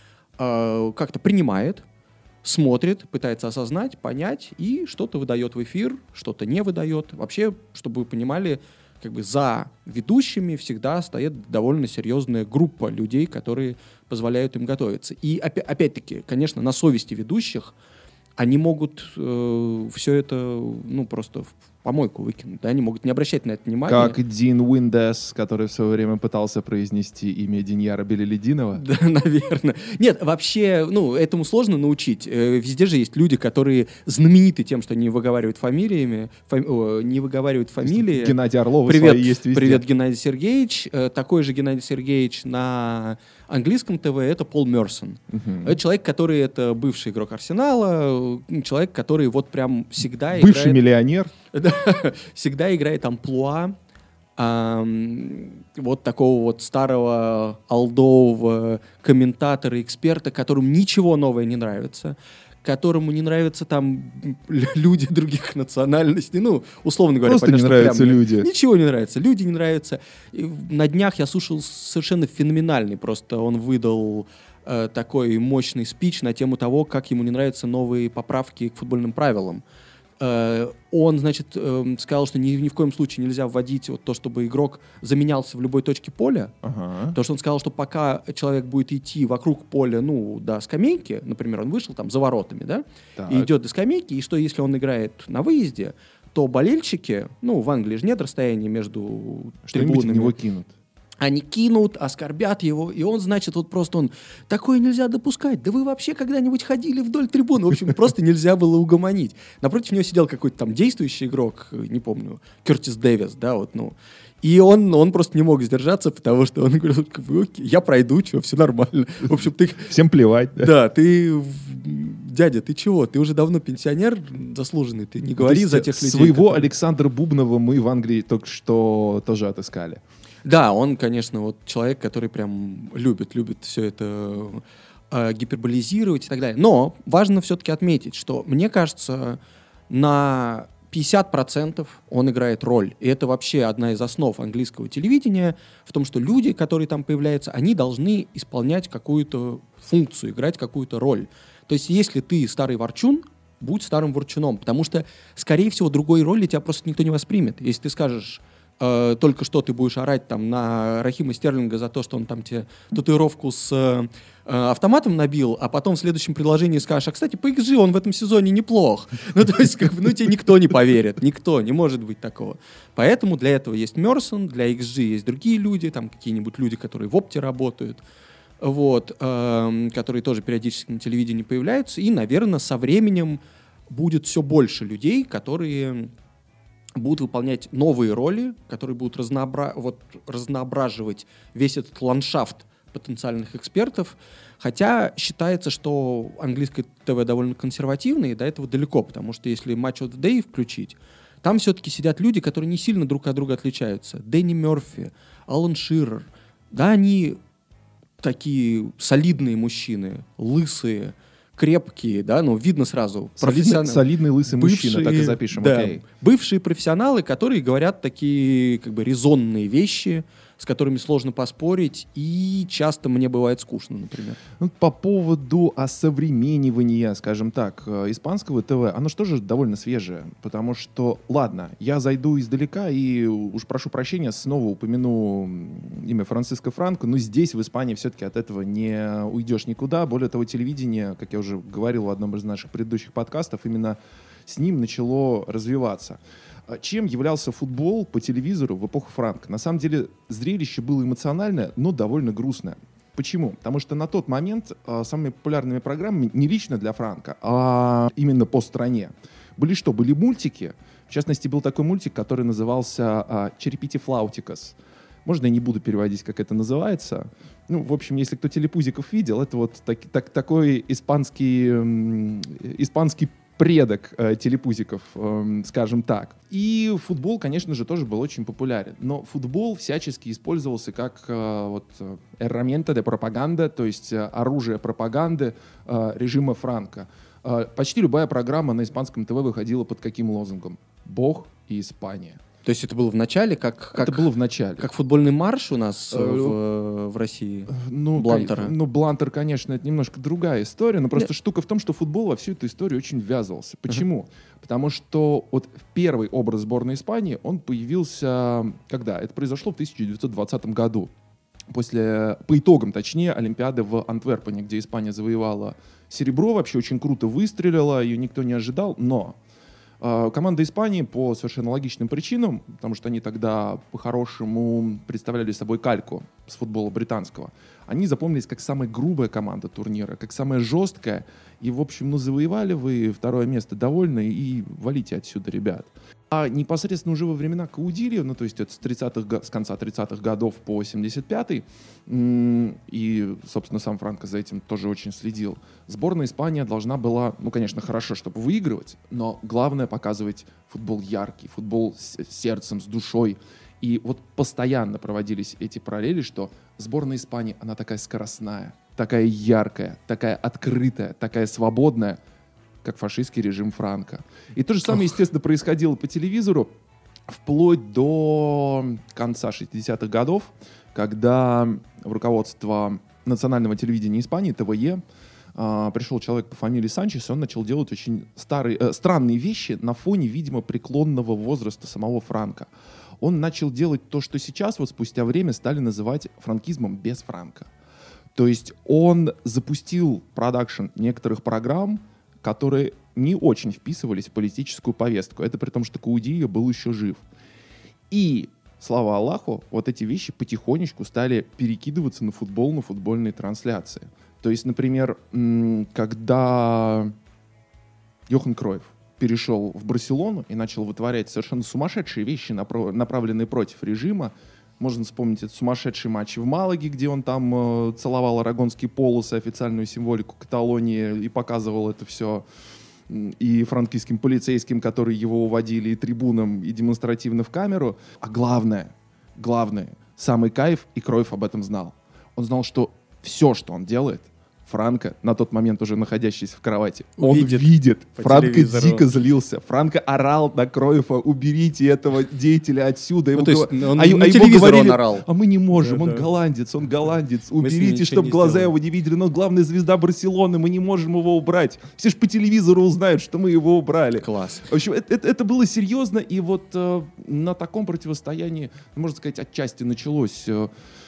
э, как-то принимает, смотрит, пытается осознать, понять и что-то выдает в эфир, что-то не выдает. Вообще, чтобы вы понимали, как бы за ведущими всегда стоит довольно серьезная группа людей, которые позволяют им готовиться. И опя- опять-таки, конечно, на совести ведущих они могут э, все это, ну, просто в помойку выкинуть, да, они могут не обращать на это внимания. Как Дин Уиндес, который в свое время пытался произнести имя Диньяра Белелединова. Да, наверное. Нет, вообще, ну, этому сложно научить. Э, везде же есть люди, которые знамениты тем, что не выговаривают фамилиями, фами... О, не выговаривают фамилии. Геннадий Орлов привет, есть везде. Привет, Геннадий Сергеевич. Э, такой же Геннадий Сергеевич на английском ТВ — это Пол Мерсон. Uh-huh. Это человек, который это бывший игрок Арсенала, человек, который вот прям всегда играет... Бывший миллионер. Всегда играет амплуа эм, вот такого вот старого олдового комментатора, эксперта, которому ничего новое не нравится, которому не нравятся там люди других национальностей, ну, условно говоря. Просто не нравятся люди. Ничего не нравится, люди не нравятся. И на днях я слушал совершенно феноменальный, просто он выдал э, такой мощный спич на тему того, как ему не нравятся новые поправки к футбольным правилам. Он, значит, сказал, что ни, ни в коем случае нельзя вводить вот то, чтобы игрок заменялся в любой точке поля. Ага. Потому что он сказал, что пока человек будет идти вокруг поля, ну, до скамейки, например, он вышел там за воротами, да, так. и идет до скамейки, и что если он играет на выезде, то болельщики, ну, в Англии же нет расстояния между что-нибудь трибунами. в него кинут. Они кинут, оскорбят его, и он, значит, вот просто он, такое нельзя допускать, да вы вообще когда-нибудь ходили вдоль трибуны? В общем, просто нельзя было угомонить. Напротив него сидел какой-то там действующий игрок, не помню, Кертис Дэвис, да, вот, ну. И он, он просто не мог сдержаться, потому что он говорил, я пройду, что, все нормально. В общем, ты... Всем плевать. Да, да ты... Дядя, ты чего? Ты уже давно пенсионер заслуженный, ты не говори за тех людей. Своего которые... Александра Бубнова мы в Англии только что тоже отыскали. Да, он, конечно, вот человек, который прям любит, любит все это э, гиперболизировать и так далее. Но важно все-таки отметить, что, мне кажется, на пятьдесят процентов он играет роль. И это вообще одна из основ английского телевидения в том, что люди, которые там появляются, они должны исполнять какую-то функцию, играть какую-то роль. То есть если ты старый ворчун, будь старым ворчуном, потому что, скорее всего, другой роли тебя просто никто не воспримет. Если ты скажешь... только что ты будешь орать там на Рахима Стерлинга за то, что он там тебе татуировку с э, автоматом набил, а потом в следующем предложении скажешь, а, кстати, по икс джи он в этом сезоне неплох. Ну, то есть, как бы, ну, тебе никто не поверит, никто, не может быть такого. Поэтому для этого есть Мерсон, для икс джи есть другие люди, там какие-нибудь люди, которые в опте работают, вот, э, которые тоже периодически на телевидении появляются, и, наверное, со временем будет все больше людей, которые... будут выполнять новые роли, которые будут разнообра... вот, разноображивать весь этот ландшафт потенциальных экспертов. Хотя считается, что английское ТВ довольно консервативное, и до этого далеко, потому что если Match of the Day включить, там все-таки сидят люди, которые не сильно друг от друга отличаются. Дэнни Мерфи, Алан Ширер. Да, они такие солидные мужчины, лысые, крепкие, да, ну, видно сразу. Солидный, солидный лысый бывшие, мужчина, так и запишем, да, окей. Бывшие профессионалы, которые говорят такие, как бы, резонные вещи, с которыми сложно поспорить, и часто мне бывает скучно, например. Ну, по поводу осовременивания, скажем так, испанского ТВ, оно что же довольно свежее, потому что, ладно, я зайду издалека и, уж прошу прощения, снова упомяну имя Франциско Франко, но здесь, в Испании, все-таки от этого не уйдешь никуда. Более того, телевидение, как я уже говорил в одном из наших предыдущих подкастов, именно с ним начало развиваться. Чем являлся футбол по телевизору в эпоху Франко? На самом деле зрелище было эмоциональное, но довольно грустное. Почему? Потому что на тот момент а, самыми популярными программами не лично для Франко, а именно по стране. Были что? Были мультики. В частности, был такой мультик, который назывался а, «Черепити Флаутикас». Можно я не буду переводить, как это называется. Ну, в общем, если кто телепузиков видел, это вот так, так, такой испанский, э, испанский предок э, телепузиков, э, скажем так. И футбол, конечно же, тоже был очень популярен. Но футбол всячески использовался как э, вот, herramienta de propaganda, то есть э, оружие пропаганды э, режима Франко. Э, почти любая программа на испанском ТВ выходила под каким лозунгом? «Бог и Испания». То есть это было в начале, как, как, это было в начале. Как футбольный марш у нас в, в России, ну, Блантера? Ну, Блантер, конечно, это немножко другая история, но просто Нет. штука в том, что футбол во всю эту историю очень ввязывался. Почему? Uh-huh. Потому что вот первый образ сборной Испании, он появился, когда? Это произошло в тысяча девятьсот двадцатом году. После, по итогам, точнее, Олимпиады в Антверпене, где Испания завоевала серебро, вообще очень круто выстрелила, ее никто не ожидал, но... Команда Испании по совершенно логичным причинам, потому что они тогда по-хорошему представляли собой кальку с футбола британского, они запомнились как самая грубая команда турнира, как самая жесткая. И, в общем, ну, завоевали вы второе место, довольны, и валите отсюда, ребят. А непосредственно уже во времена Каудильи, ну, то есть это с, тридцатых, с конца тридцатых годов по семьдесят пятый, и, собственно, сам Франко за этим тоже очень следил, сборная Испании должна была, ну, конечно, хорошо, чтобы выигрывать, но главное показывать футбол яркий, футбол с сердцем, с душой. И вот постоянно проводились эти параллели, что сборная Испании, она такая скоростная, такая яркая, такая открытая, такая свободная, как фашистский режим Франко. И то же самое, Ох. естественно, происходило по телевизору вплоть до конца шестидесятых годов, когда в руководство национального телевидения Испании, ТВЕ, Uh, пришел человек по фамилии Санчес, и он начал делать очень старые, э, странные вещи на фоне, видимо, преклонного возраста самого Франко. Он начал делать то, что сейчас, вот спустя время, стали называть франкизмом без Франко. То есть он запустил продакшн некоторых программ, которые не очень вписывались в политическую повестку. Это при том, что Каудильо был еще жив. И слава Аллаху, вот эти вещи потихонечку стали перекидываться на футбол, на футбольные трансляции. То есть, например, когда Йохан Кройф перешел в Барселону и начал вытворять совершенно сумасшедшие вещи, напро- направленные против режима, можно вспомнить этот сумасшедший матч в Малаге, где он там э, целовал арагонские полосы, официальную символику Каталонии, и показывал это все и франкийским полицейским, которые его уводили, и трибунам, и демонстративно в камеру. А главное, главное, самый кайф, и Кройф об этом знал. Он знал, что все, что он делает, Франко, на тот момент уже находящийся в кровати, он Увидит видит. Франко телевизору. дико злился. Франко орал на Кройфа: уберите этого деятеля отсюда. Ну, Ему то есть гов- он а, на а ему телевизор говорили: он орал. а мы не можем, Да, он да. голландец, он голландец. Мы с ним Уберите, ничего чтобы не глаза сделаем. его не видели. Но главная звезда Барселоны, мы не можем его убрать. Все же по телевизору узнают, что мы его убрали. Класс. В общем, это, это- это было серьезно, и вот э, на таком противостоянии, можно сказать, отчасти началось э,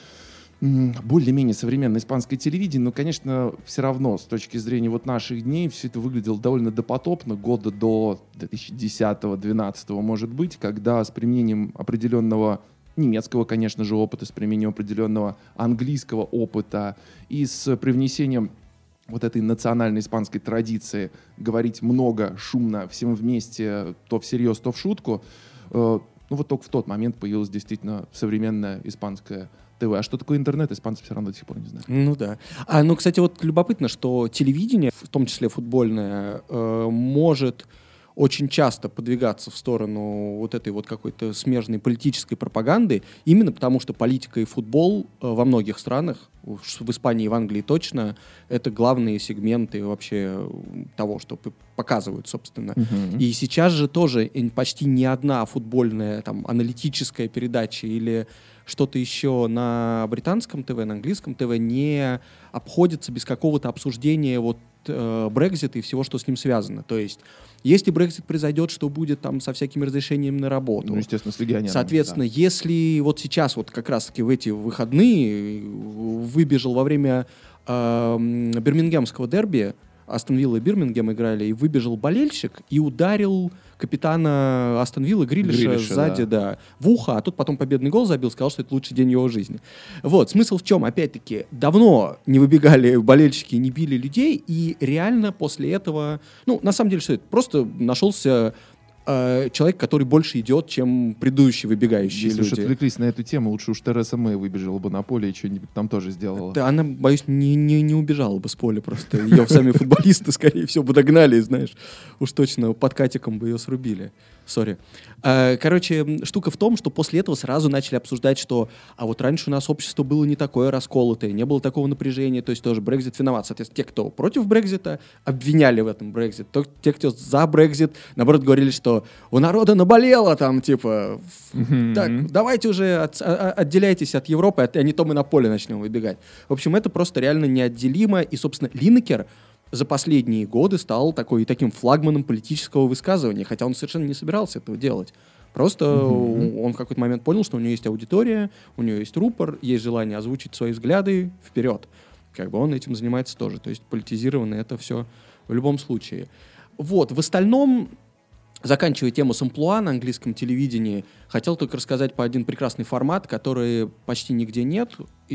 м, более-менее современное испанское телевидение, но, конечно, все равно, с точки зрения вот наших дней, все это выглядело довольно допотопно, года до две тысячи десятого-двенадцатого, может быть, когда с применением определенного немецкого, конечно же, опыта, с применением определенного английского опыта и с привнесением вот этой национальной испанской традиции говорить много, шумно, всем вместе, то всерьез, то в шутку, э, ну вот только в тот момент появилась действительно современная испанская ТВ. А что такое интернет, испанцы все равно до сих пор не знают. Ну да. А, ну, кстати, вот любопытно, что телевидение, в том числе футбольное, э, может очень часто подвигаться в сторону вот этой вот какой-то смежной политической пропаганды, именно потому что политика и футбол э, во многих странах, уж в Испании и в Англии точно, это главные сегменты вообще того, что п- показывают, собственно. Мгм. И сейчас же тоже ин- почти ни одна футбольная там аналитическая передача или что-то еще на британском ТВ, на английском ТВ не обходится без какого-то обсуждения вот э, Брексита и всего, что с ним связано. То есть, если Брексит произойдет, что будет там со всякими разрешениями на работу? Ну, естественно, с легионерами. Соответственно, если вот сейчас, вот как раз-таки в эти выходные выбежал во время э, бирмингемского дерби, Астон Вилла и Бирмингем играли, и выбежал болельщик и ударил капитана Астон Виллы Грилиша, Грилиша, сзади, да. в ухо, а тот потом победный гол забил, сказал, что это лучший день его жизни. Вот, смысл в чем? Опять-таки, давно не выбегали болельщики, не били людей, и реально после этого, ну, на самом деле, что это? Просто нашелся э, человек, который больше идет, чем предыдущие выбегающие Если уж люди. отвлеклись на эту тему, лучше уж Тереса Мэй выбежала бы на поле и что-нибудь там тоже сделала. Да, она, боюсь, не, не, не убежала бы с поля просто. Ее сами футболисты, скорее всего, бы догнали, знаешь. Уж точно подкатиком бы ее срубили. Сори. А, Короче, штука в том, что после этого сразу начали обсуждать, что а вот раньше у нас общество было не такое расколотое, не было такого напряжения, то есть тоже Брексит виноват. Соответственно, те, кто против Брексита, обвиняли в этом Брексит. То- Те, кто за Брексит, наоборот, говорили, что у народа наболело там, типа, Мгм. так, давайте уже от- а- а- отделяйтесь от Европы, а не то мы на поле начнем выбегать. В общем, это просто реально неотделимо. И, собственно, Линнекер за последние годы стал такой, таким флагманом политического высказывания, хотя он совершенно не собирался этого делать. Просто Мгм. он в какой-то момент понял, что у него есть аудитория, у него есть рупор, есть желание озвучить свои взгляды вперед. Как бы он этим занимается тоже. То есть политизировано это все в любом случае. Вот, в остальном, заканчивая тему с амплуа на английском телевидении, хотел только рассказать по один прекрасный формат, который почти нигде нет,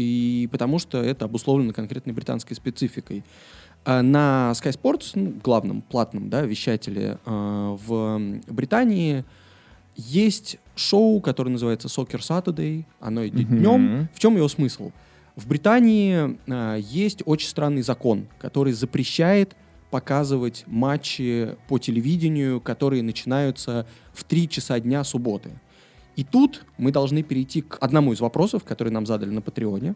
и потому что это обусловлено конкретной британской спецификой. А На Sky Sports, ну, главном платном, да, вещателе э, в Британии, есть шоу, которое называется Soccer Saturday. Оно идет Мгм. днем. В чем его смысл? В Британии э, есть очень странный закон, который запрещает показывать матчи по телевидению, которые начинаются в три часа дня субботы. И тут мы должны перейти к одному из вопросов, который нам задали на Патреоне.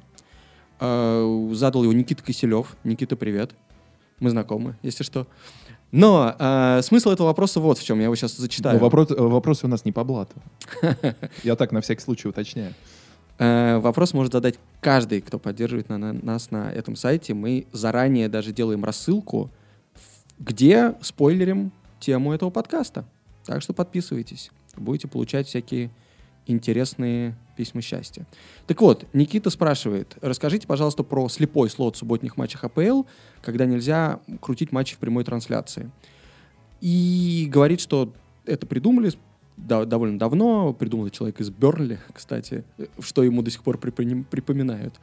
Э, задал его Никита Киселев. Никита, привет. Мы знакомы, если что. Но э, смысл этого вопроса вот в чем. Я его сейчас зачитаю. Но вопрос, э, вопросы у нас не по блату. Я так на всякий случай уточняю. Э, вопрос может задать каждый, кто поддерживает на- на- нас на этом сайте. Мы заранее даже делаем рассылку, в- где спойлерим тему этого подкаста. Так что подписывайтесь. Будете получать всякие интересные письма счастья. Так вот, Никита спрашивает, расскажите, пожалуйста, про слепой слот в субботних матчах АПЛ, когда нельзя крутить матчи в прямой трансляции. И говорит, что это придумали да, довольно давно, придумал человек из Бернли, кстати, что ему до сих пор припоми- припоминают,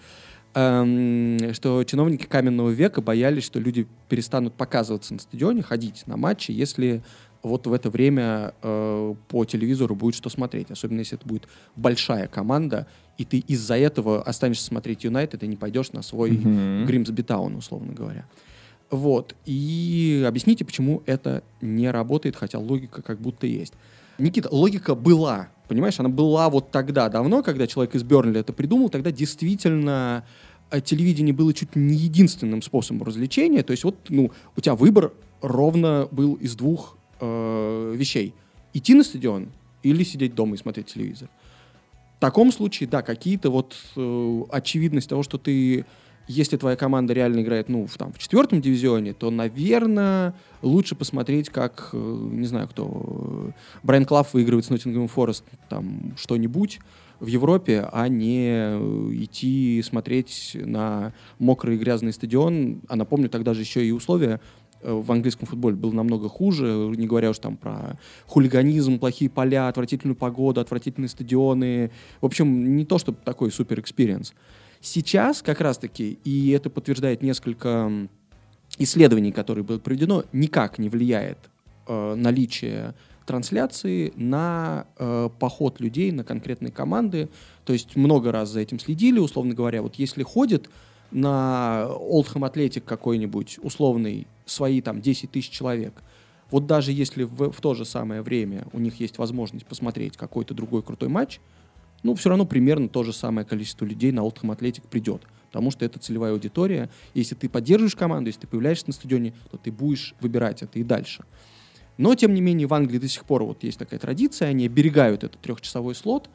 эм, что чиновники каменного века боялись, что люди перестанут показываться на стадионе, ходить на матчи, если вот в это время э, по телевизору будет что смотреть, особенно если это будет большая команда, и ты из-за этого останешься смотреть Юнайтед и не пойдешь на свой mm-hmm. Гримсби Таун, условно говоря. Вот. И объясните, почему это не работает, хотя логика как будто есть. Никита, логика была, понимаешь, она была вот тогда, давно, когда человек из Бернли это придумал, тогда действительно телевидение было чуть не единственным способом развлечения, то есть вот, ну, у тебя выбор ровно был из двух э, вещей. Идти на стадион или сидеть дома и смотреть телевизор. В таком случае, да, какие-то вот э, очевидность того, что ты, если твоя команда реально играет, ну, в, там, в четвертом дивизионе, то, наверное, лучше посмотреть, как, э, не знаю, кто, э, Брайан Клав выигрывает с Ноттингем Форест, там, что-нибудь в Европе, а не э, идти смотреть на мокрый и грязный стадион. А напомню, тогда же еще и условия в английском футболе было намного хуже, не говоря уж там про хулиганизм, плохие поля, отвратительную погоду, отвратительные стадионы. В общем, не то, чтобы такой супер-экспириенс. Сейчас как раз-таки, и это подтверждает несколько исследований, которые были проведено, никак не влияет э, наличие трансляции на э, поход людей на конкретные команды. То есть много раз за этим следили, условно говоря. Вот если ходит на Олдхэм Атлетик какой-нибудь условный свои там десять тысяч человек, вот даже если в, в то же самое время у них есть возможность посмотреть какой-то другой крутой матч, ну, все равно примерно то же самое количество людей на Олдхэм Атлетик придет, потому что это целевая аудитория. Если ты поддерживаешь команду, если ты появляешься на стадионе, то ты будешь выбирать это и дальше. Но, тем не менее, в Англии до сих пор вот есть такая традиция, они оберегают этот трехчасовой слот,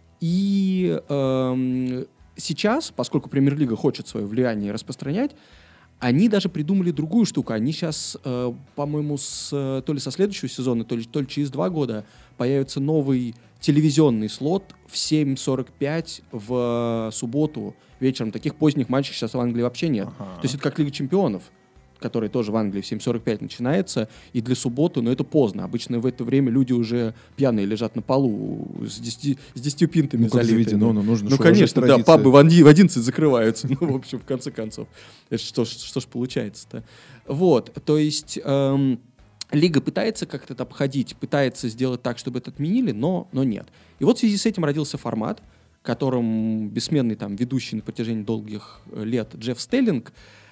и эм, сейчас, поскольку Премьер-лига хочет свое влияние распространять, они даже придумали другую штуку. Они сейчас, э, по-моему, с, то ли со следующего сезона, то ли, то ли через два года появится новый телевизионный слот в семь сорок пять в субботу вечером. Таких поздних матчей сейчас в Англии вообще нет. Ага. То есть это как Лига чемпионов, которая тоже в Англии в семь сорок пять начинается, и для субботы, но это поздно. Обычно в это время люди уже пьяные лежат на полу с десятью пинтами ну, залитыми. Заведено, но нужно ну, конечно, да, пабы в одиннадцать закрываются. Ну, в общем, в конце концов. Это что, что ж получается-то? Вот, то есть эм, Лига пытается как-то это обходить, пытается сделать так, чтобы это отменили, но, но нет. И вот в связи с этим родился формат, которым бессменный там ведущий на протяжении долгих лет Джефф Стеллинг,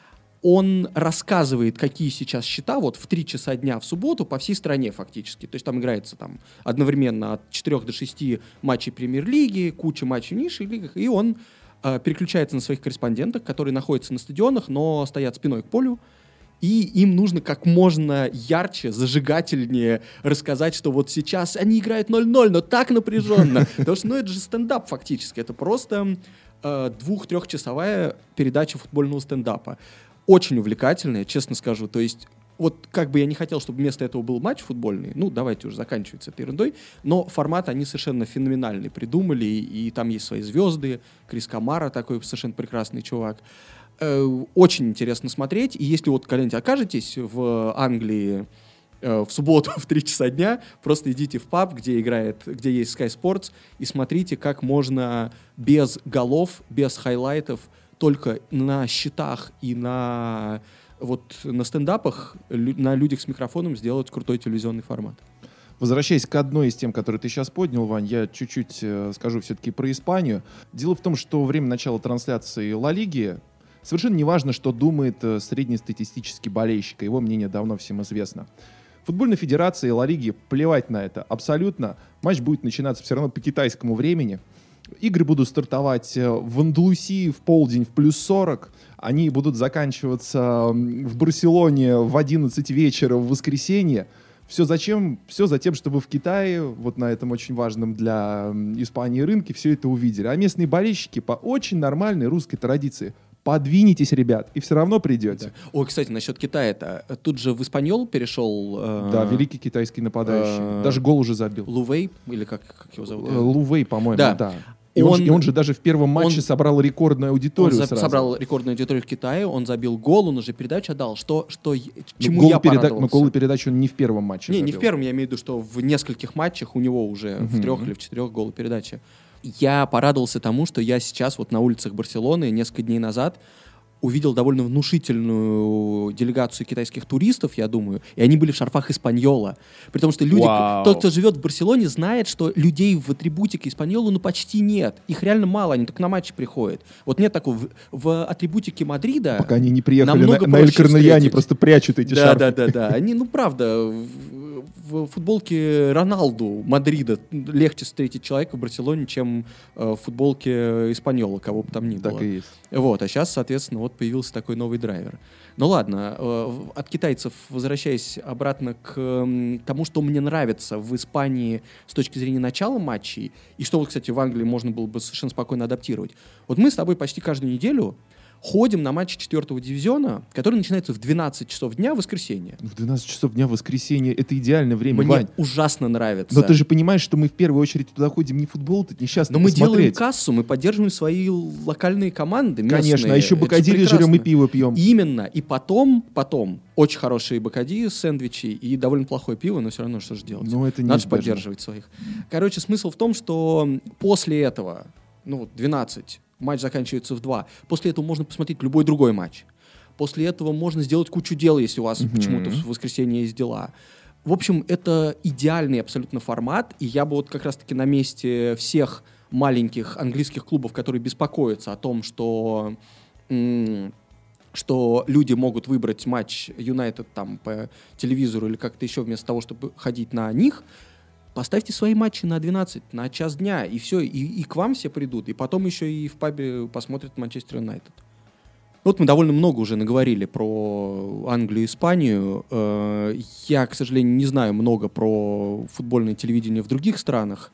он рассказывает, какие сейчас счета вот в три часа дня в субботу по всей стране фактически. То есть там играется там, одновременно от четырёх до шести матчей Премьер-лиги, куча матчей в низших лигах, и он э, переключается на своих корреспондентов, которые находятся на стадионах, но стоят спиной к полю, и им нужно как можно ярче, зажигательнее рассказать, что вот сейчас они играют ноль ноль, но так напряженно. Потому что ну, это же стендап фактически, это просто э, двух-трехчасовая передача футбольного стендапа. Очень увлекательная, честно скажу. То есть, вот как бы я не хотел, чтобы вместо этого был матч футбольный, ну, давайте уже заканчивать с этой ерундой, но формат они совершенно феноменальный придумали, и, и там есть свои звезды, Крис Камара такой совершенно прекрасный чувак. Э, очень интересно смотреть, и если вот когда-нибудь окажетесь в Англии э, в субботу в три часа дня, просто идите в паб, где играет, где есть Sky Sports, и смотрите, как можно без голов, без хайлайтов, только на счетах и на, вот, на стендапах, лю- на людях с микрофоном сделать крутой телевизионный формат. Возвращаясь к одной из тем, которые ты сейчас поднял, Вань, я чуть-чуть э, скажу все-таки про Испанию. Дело в том, что во время начала трансляции Ла Лиги совершенно не важно, что думает э, среднестатистический болельщик. Его мнение давно всем известно. Футбольной федерации Ла Лиги плевать на это абсолютно. Матч будет начинаться все равно по китайскому времени. Игры будут стартовать в Андалусии в полдень в плюс сорок. Они будут заканчиваться в Барселоне в одиннадцать вечера в воскресенье. Все зачем? Все за тем, чтобы в Китае, вот на этом очень важном для Испании рынке, все это увидели. А местные болельщики по очень нормальной русской традиции: подвинитесь, ребят, и все равно придете. Да. Ой, кстати, насчет Китая-то. Тут же в Эспаньол перешел... Э, да, великий китайский нападающий. Э, Даже гол уже забил. Лу Вэй, или как, как его зовут? Лу Вэй, по-моему, да. да. И он, он, же, и он же даже в первом матче он, собрал рекордную аудиторию. Он сразу. собрал рекордную аудиторию в Китае, он забил гол, он уже передачу отдал. Что, что, чему гол я переда... порадовался. Но гол и передачу он не в первом матче Не, забил. не в первом, я имею в виду, что в нескольких матчах у него уже uh-huh. в трех или в четырех гол и передача. Я порадовался тому, что я сейчас вот на улицах Барселоны несколько дней назад увидел довольно внушительную делегацию китайских туристов, я думаю, и они были в шарфах Испаньола. При том, что люди, Вау. тот, кто живет в Барселоне, знает, что людей в атрибутике Испаньола ну почти нет. Их реально мало, они только на матчи приходят. Вот нет такого. В, в атрибутике Мадрида пока они не приехали на, намного на Эль Корнелья, они встретить. просто прячут эти да, шарфы. Да, да, да. Они, ну правда, в, в футболке Роналду Мадрида легче встретить человека в Барселоне, чем э, в футболке Испаньола, кого бы там ни было. Так и есть. Вот, а сейчас, соответственно, вот появился такой новый драйвер. Ну ладно, э, от китайцев, возвращаясь обратно к э, тому, что мне нравится в Испании с точки зрения начала матчей, и что, вот, кстати, в Англии можно было бы совершенно спокойно адаптировать. Вот мы с тобой почти каждую неделю ходим на матчи четвертого дивизиона, который начинается в двенадцать часов дня в воскресенье. В двенадцать часов дня в воскресенье это идеальное время, Мне Вань. ужасно нравится. Но ты же понимаешь, что мы в первую очередь туда ходим не футбол, это несчастно Но мы посмотреть. делаем кассу, мы поддерживаем свои локальные команды местные. Конечно, а еще Это бокадили прекрасно. жрем и пиво пьем. Именно. И потом, потом, очень хорошие бокади, сэндвичи и довольно плохое пиво, но все равно что же делать? Но это Надо же неизбежно. поддерживать своих. Короче, смысл в том, что после этого, ну, двенадцать, матч заканчивается в два. После этого можно посмотреть любой другой матч. После этого можно сделать кучу дел, если у вас Mm-hmm. почему-то в воскресенье есть дела. В общем, это идеальный абсолютно формат, и я бы вот как раз-таки на месте всех маленьких английских клубов, которые беспокоятся о том, что, м- что люди могут выбрать матч Юнайтед там по телевизору или как-то еще вместо того, чтобы ходить на них, поставьте свои матчи на двенадцать, на час дня, и все, и, и к вам все придут, и потом еще и в пабе посмотрят Манчестер Юнайтед. Вот мы довольно много уже наговорили про Англию и Испанию. Я, к сожалению, не знаю много про футбольное телевидение в других странах.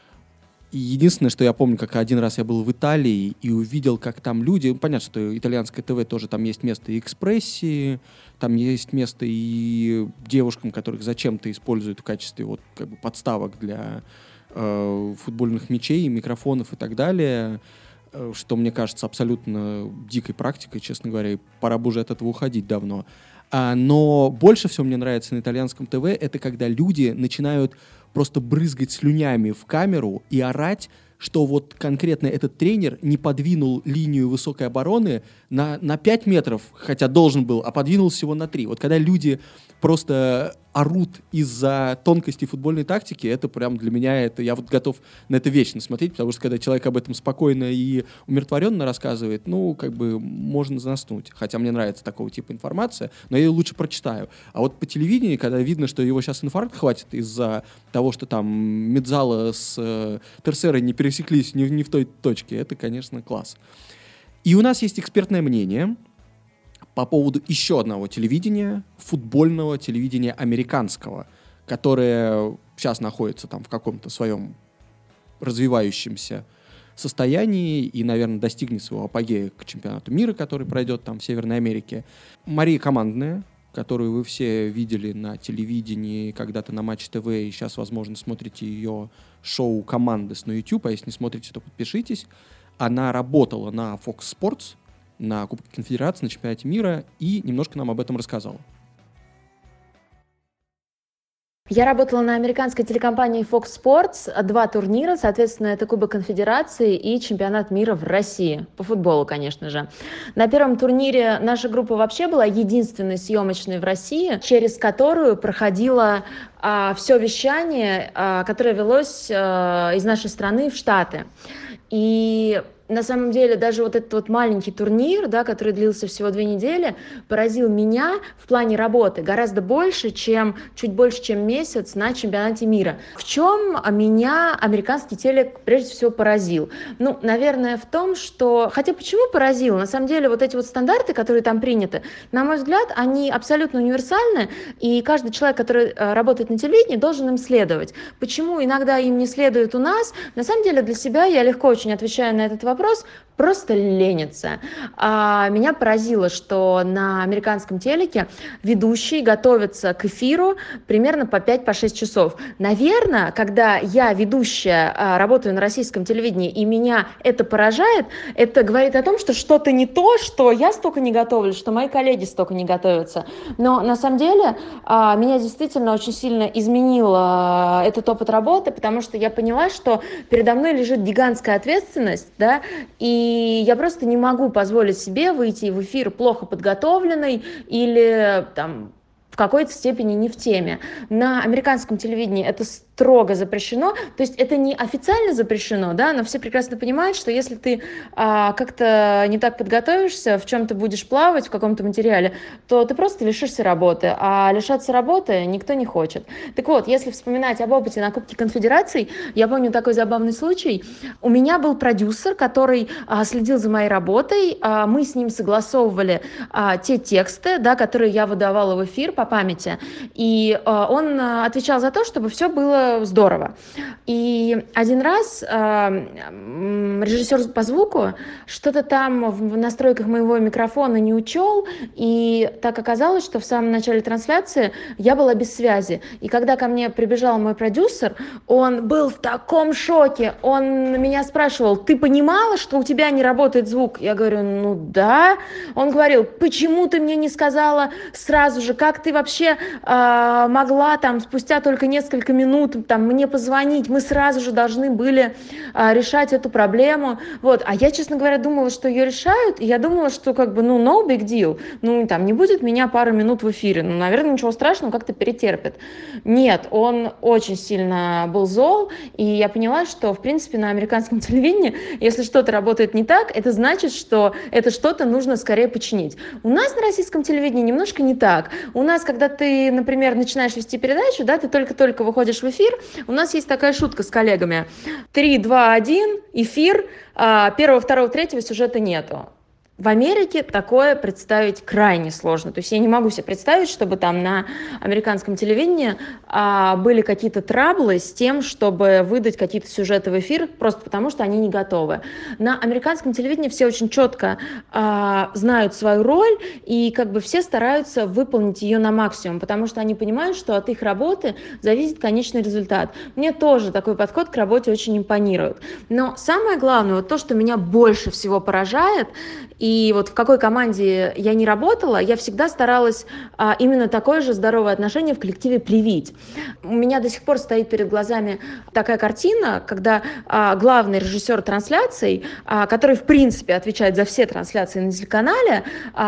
И единственное, что я помню, как один раз я был в Италии и увидел, как там люди... Понятно, что итальянское ТВ тоже там есть место и экспрессии, там есть место и девушкам, которых зачем-то используют в качестве вот, как бы подставок для э, футбольных мячей, микрофонов и так далее, э, что мне кажется абсолютно дикой практикой, честно говоря, и пора бы уже от этого уходить давно. А, но больше всего мне нравится на итальянском ТВ, это когда люди начинают просто брызгать слюнями в камеру и орать, что вот конкретно этот тренер не подвинул линию высокой обороны на, на пять метров, хотя должен был, а подвинул всего на три. Вот когда люди просто орут из-за тонкости футбольной тактики, это прям для меня, это, я вот готов на это вечно смотреть, потому что когда человек об этом спокойно и умиротворенно рассказывает, ну, как бы можно заснуть. Хотя мне нравится такого типа информация, но я ее лучше прочитаю. А вот по телевидению, когда видно, что его сейчас инфаркт хватит из-за того, что там Медзала с э, Терсерой не пересеклись не, не в той точке, это, конечно, класс. И у нас есть экспертное мнение по поводу еще одного телевидения, футбольного телевидения американского, которое сейчас находится там в каком-то своем развивающемся состоянии и, наверное, достигнет своего апогея к чемпионату мира, который пройдет там в Северной Америке. Мария Командная, которую вы все видели на телевидении, когда-то на Матч ТВ, и сейчас, возможно, смотрите ее шоу «Командос» на YouTube, а если не смотрите, то подпишитесь. Она работала на Fox Sports, на Кубке Конфедерации, на чемпионате мира, и немножко нам об этом рассказала. Я работала на американской телекомпании Fox Sports, два турнира, соответственно, это Кубок Конфедерации и чемпионат мира в России, по футболу, конечно же. На первом турнире наша группа вообще была единственной съемочной в России, через которую проходило а, все вещание, а, которое велось а, из нашей страны в Штаты. И на самом деле даже вот этот вот маленький турнир, да, который длился всего две недели, поразил меня в плане работы гораздо больше, чем чуть больше, чем месяц на чемпионате мира. В чем меня американский телек прежде всего поразил? Ну, наверное, в том, что... Хотя почему поразил? На самом деле вот эти вот стандарты, которые там приняты, на мой взгляд, они абсолютно универсальны, и каждый человек, который работает на телевидении, должен им следовать. Почему иногда им не следует у нас? На самом деле для себя я легко очень отвечаю на этот вопрос, вопрос, просто ленятся. А меня поразило, что на американском телеке ведущие готовятся к эфиру примерно по пять-шесть часов. Наверное, когда я, ведущая, работаю на российском телевидении, и меня это поражает, это говорит о том, что что-то не то, что я столько не готовлюсь, что мои коллеги столько не готовятся. Но на самом деле меня действительно очень сильно изменил этот опыт работы, потому что я поняла, что передо мной лежит гигантская ответственность, да, и И я просто не могу позволить себе выйти в эфир плохо подготовленной или там в какой-то степени не в теме. На американском телевидении это строго запрещено, то есть это не официально запрещено, да, но все прекрасно понимают, что если ты а, как-то не так подготовишься, в чем-то будешь плавать, в каком-то материале, то ты просто лишишься работы, а лишаться работы никто не хочет. Так вот, если вспоминать об опыте на Кубке Конфедераций, я помню такой забавный случай. У меня был продюсер, который а, следил за моей работой, а, мы с ним согласовывали а, те тексты, да, которые я выдавала в эфир по памяти, и а, он а, отвечал за то, чтобы все было здорово. И один раз э, режиссер по звуку что-то там в настройках моего микрофона не учел, и так оказалось, что в самом начале трансляции я была без связи. И когда ко мне прибежал мой продюсер, он был в таком шоке. Он меня спрашивал: ты понимала, что у тебя не работает звук? Я говорю: ну да. Он говорил: почему ты мне не сказала сразу же, как ты вообще э, могла там спустя только несколько минут там мне позвонить, мы сразу же должны были а, решать эту проблему, вот, а я, честно говоря, думала, что ее решают, и я думала, что как бы, ну, no big deal, ну, там, не будет меня пару минут в эфире, ну, наверное, ничего страшного, как-то перетерпит. Нет, он очень сильно был зол, и я поняла, что, в принципе, на американском телевидении, если что-то работает не так, это значит, что это что-то нужно скорее починить. У нас на российском телевидении немножко не так. У нас, когда ты, например, начинаешь вести передачу, да, ты только-только выходишь в эфир, у нас есть такая шутка с коллегами: три, два, один, эфир, первого, второго, третьего сюжета нету. В Америке такое представить крайне сложно. То есть я не могу себе представить, чтобы там на американском телевидении а, были какие-то траблы с тем, чтобы выдать какие-то сюжеты в эфир, просто потому что они не готовы. На американском телевидении все очень четко а, знают свою роль, и как бы все стараются выполнить ее на максимум, потому что они понимают, что от их работы зависит конечный результат. Мне тоже такой подход к работе очень импонирует. Но самое главное, вот то, что меня больше всего поражает, и вот в какой команде я не работала, я всегда старалась а, именно такое же здоровое отношение в коллективе привить. У меня до сих пор стоит перед глазами такая картина, когда а, главный режиссер трансляций, а, который в принципе отвечает за все трансляции на телеканале,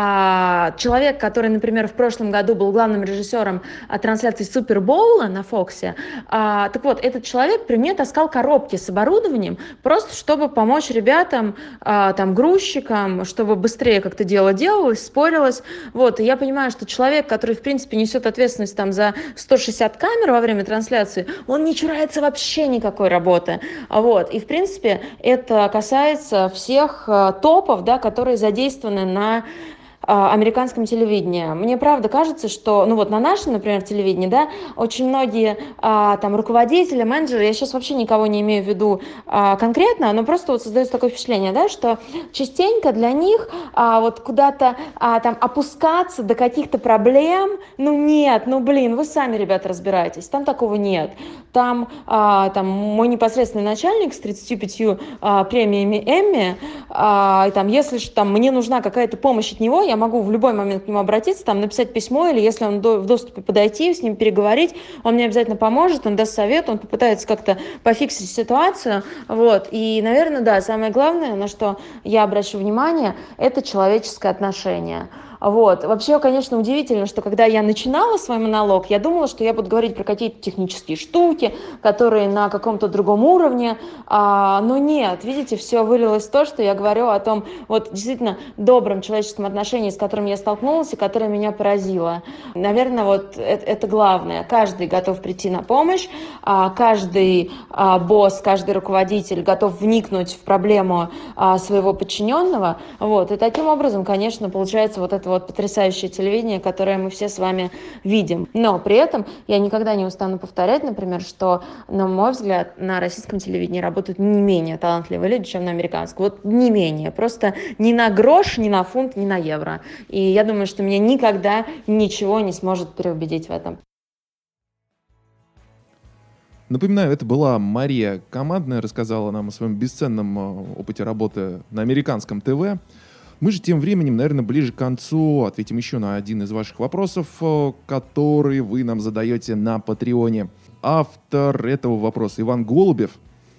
а, человек, который, например, в прошлом году был главным режиссером а, трансляции Супербоула на Фоксе, а, так вот, этот человек при мне таскал коробки с оборудованием, просто чтобы помочь ребятам, а, там, грузчикам, чтобы быстрее как-то дело делалось, спорилось. Вот. И я понимаю, что человек, который, в принципе, несет ответственность там, за сто шестьдесят камер во время трансляции, он не чурается вообще никакой работы. Вот. И, в принципе, это касается всех э, топов, да, которые задействованы на американском телевидении. Мне правда кажется, что, ну вот на нашем, например, телевидении, да, очень многие а, там руководители, менеджеры, я сейчас вообще никого не имею в виду а, конкретно, но просто вот создается такое впечатление, да, что частенько для них а, вот куда-то а, там опускаться до каких-то проблем, ну нет, ну блин, вы сами, ребята, разбираетесь, там такого нет. Там, а, там мой непосредственный начальник с тридцатью пятью а, премиями Эмми, а, и там, если там мне нужна какая-то помощь от него, я могу в любой момент к нему обратиться, там, написать письмо, или если он до, в доступе подойти, с ним переговорить, он мне обязательно поможет, он даст совет, он попытается как-то пофиксить ситуацию, вот, и, наверное, да, самое главное, на что я обращу внимание, это человеческое отношение. Вот. Вообще, конечно, удивительно, что когда я начинала свой монолог, я думала, что я буду говорить про какие-то технические штуки, которые на каком-то другом уровне, а, но нет, видите, все вылилось в то, что я говорю о том, вот, действительно, добром человеческом отношении, с которым я столкнулась и которое меня поразило. Наверное, вот это, это главное. Каждый готов прийти на помощь, а, каждый а, босс, каждый руководитель готов вникнуть в проблему а, своего подчиненного, вот, и таким образом, конечно, получается вот это это вот потрясающее телевидение, которое мы все с вами видим. Но при этом я никогда не устану повторять, например, что, на мой взгляд, на российском телевидении работают не менее талантливые люди, чем на американском. Вот не менее. Просто ни на грош, ни на фунт, ни на евро. И я думаю, что меня никогда ничего не сможет переубедить в этом. Напоминаю, это была Мария Командная, рассказала нам о своем бесценном опыте работы на американском ТВ. Мы же тем временем, наверное, ближе к концу ответим еще на один из ваших вопросов, которые вы нам задаете на Патреоне. Автор этого вопроса Иван Голубев.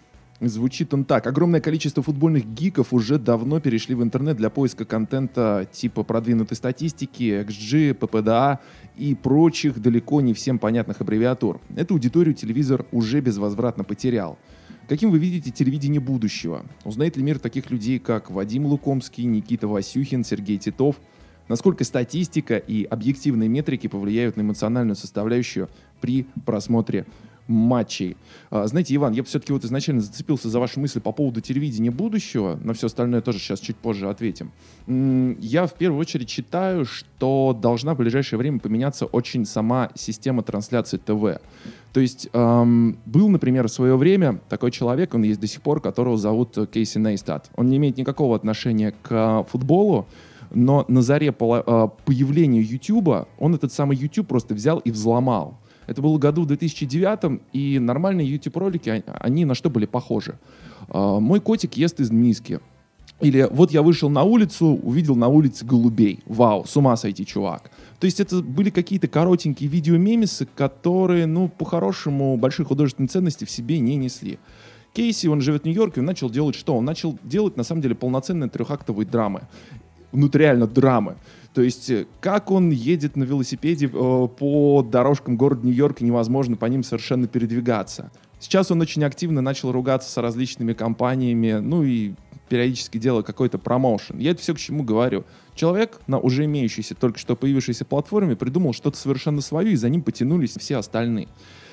Звучит он так. Огромное количество футбольных гиков уже давно перешли в интернет для поиска контента типа продвинутой статистики, икс джи, пэ пэ дэ а и прочих далеко не всем понятных аббревиатур. Эту аудиторию телевизор уже безвозвратно потерял. Каким вы видите телевидение будущего? Узнает ли мир таких людей, как Вадим Лукомский, Никита Васюхин, Сергей Титов? Насколько статистика и объективные метрики повлияют на эмоциональную составляющую при просмотре матчей? А, знаете, Иван, я все-таки вот изначально зацепился за ваши мысли по поводу телевидения будущего, на все остальное тоже сейчас чуть позже ответим. М-м, я в первую очередь считаю, что должна в ближайшее время поменяться очень сама система трансляции ТВ. То есть эм, был, например, в свое время такой человек, он есть до сих пор, которого зовут Кейси Нейстат. Он не имеет никакого отношения к футболу, но на заре по- появления Ютуба он этот самый YouTube просто взял и взломал. Это было году в две тысячи девятом, и нормальные YouTube-ролики, они на что были похожи? «Мой котик ест из миски». Или «Вот я вышел на улицу, увидел на улице голубей». Вау, с ума сойти, чувак. То есть это были какие-то коротенькие видеомемесы, которые, ну, по-хорошему, большой художественной ценности в себе не несли. Кейси, он живет в Нью-Йорке, он начал делать что? Он начал делать, на самом деле, полноценные трехактовые драмы. Внутриально драмы. То есть, как он едет на велосипеде э, по дорожкам города Нью-Йорка, невозможно по ним совершенно передвигаться. Сейчас он очень активно начал ругаться с различными компаниями, ну и периодически делает какой-то промоушен. Я это все к чему говорю. Человек на уже имеющейся, только что появившейся платформе придумал что-то совершенно свое, и за ним потянулись все остальные.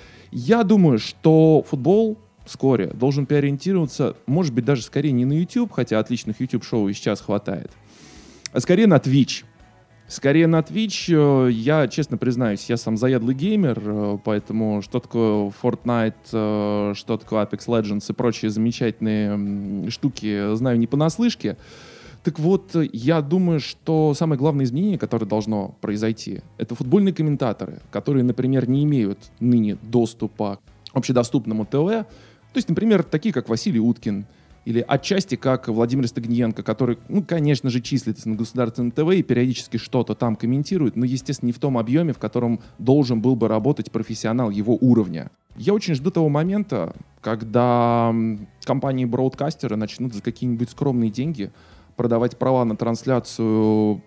Я думаю, что футбол вскоре должен переориентироваться, может быть, даже скорее не на YouTube, хотя отличных YouTube-шоу и сейчас хватает, а скорее на Twitch. Скорее на Twitch. Я, честно признаюсь, я сам заядлый геймер, поэтому что такое Fortnite, что такое Apex Legends и прочие замечательные штуки знаю не понаслышке. Так вот, я думаю, что самое главное изменение, которое должно произойти, это футбольные комментаторы, которые, например, не имеют ныне доступа к общедоступному ТВ. То есть, например, такие, как Василий Уткин, или отчасти как Владимир Стагниенко, который, ну, конечно же, числится на государственном ТВ и периодически что-то там комментирует, но, естественно, не в том объеме, в котором должен был бы работать профессионал его уровня. Я очень жду того момента, когда компании-бродкастеры начнут за какие-нибудь скромные деньги продавать права на трансляцию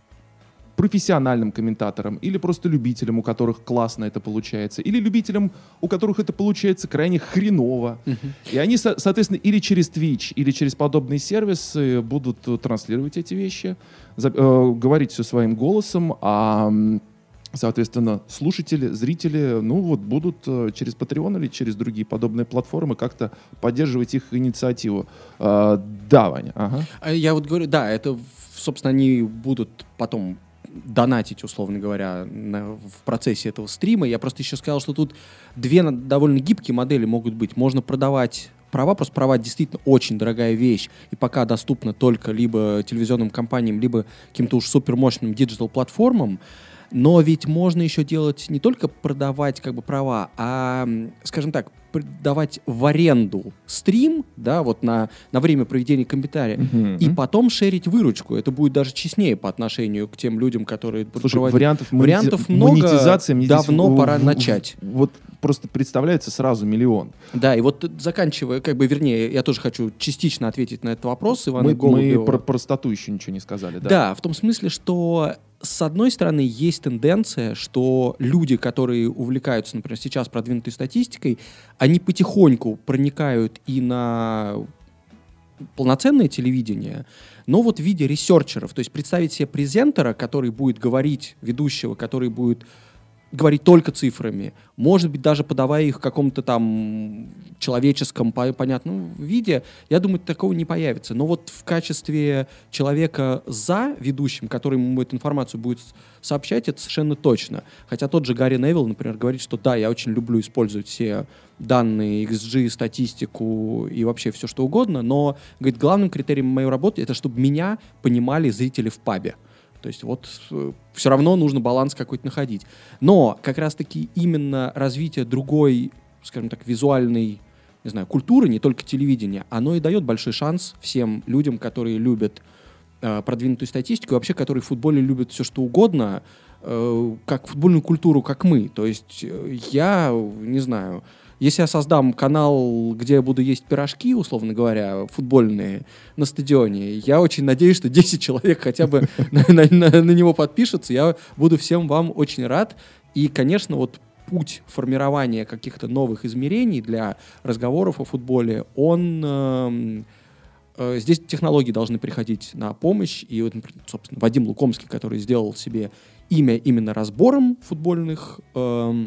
профессиональным комментаторам или просто любителям, у которых классно это получается, или любителям, у которых это получается крайне хреново. Uh-huh. И они, со- соответственно, или через Twitch, или через подобные сервисы будут транслировать эти вещи, за- э, говорить все своим голосом, а, соответственно, слушатели, зрители, ну вот, будут э, через Patreon или через другие подобные платформы как-то поддерживать их инициативу. Э, да, Ваня. Ага. Я вот говорю, да, это, собственно, они будут потом донатить, условно говоря, на, в процессе этого стрима. Я просто еще сказал, что тут две довольно гибкие модели могут быть. Можно продавать права, просто права действительно очень дорогая вещь, и пока доступна только либо телевизионным компаниям, либо каким-то уж супермощным диджитал-платформам. Но ведь можно еще делать не только продавать как бы права, а, скажем так, давать в аренду стрим, да, вот на, на время проведения комментария, uh-huh. и потом шерить выручку. Это будет даже честнее по отношению к тем людям, которые Слушай, проводят. вариантов, монети... вариантов много, монетизация мне давно здесь пора в, в, начать. В, вот просто представляется сразу миллион. Да, и вот заканчивая, как бы, вернее, я тоже хочу частично ответить на этот вопрос Ивана Мы, Голубева. мы про простоту еще ничего не сказали, да? Да, в том смысле, что с одной стороны, есть тенденция, что люди, которые увлекаются, например, сейчас продвинутой статистикой, они потихоньку проникают и на полноценное телевидение, но вот в виде ресерчеров. То есть представить себе презентера, который будет говорить, ведущего, который будет говорить только цифрами, может быть, даже подавая их в каком-то там человеческом, понятном виде, я думаю, такого не появится. Но вот в качестве человека за ведущим, который ему эту информацию будет сообщать, это совершенно точно. Хотя тот же Гарри Невилл, например, говорит, что да, я очень люблю использовать все данные, икс джи, статистику и вообще все что угодно, но, говорит, главным критерием моей работы это чтобы меня понимали зрители в пабе. То есть вот э, все равно нужно баланс какой-то находить. Но как раз-таки именно развитие другой, скажем так, визуальной, не знаю, культуры, не только телевидения, оно и дает большой шанс всем людям, которые любят э, продвинутую статистику, и вообще, которые в футболе любят все что угодно, э, как футбольную культуру, как мы. То есть э, я, не знаю... Если я создам канал, где я буду есть пирожки, условно говоря, футбольные, на стадионе, я очень надеюсь, что десять человек хотя бы на, на, на, на него подпишутся. Я буду всем вам очень рад. И, конечно, вот путь формирования каких-то новых измерений для разговоров о футболе, он... Э, э, здесь технологии должны приходить на помощь. И, вот, собственно, Вадим Лукомский, который сделал себе имя именно разбором футбольных э,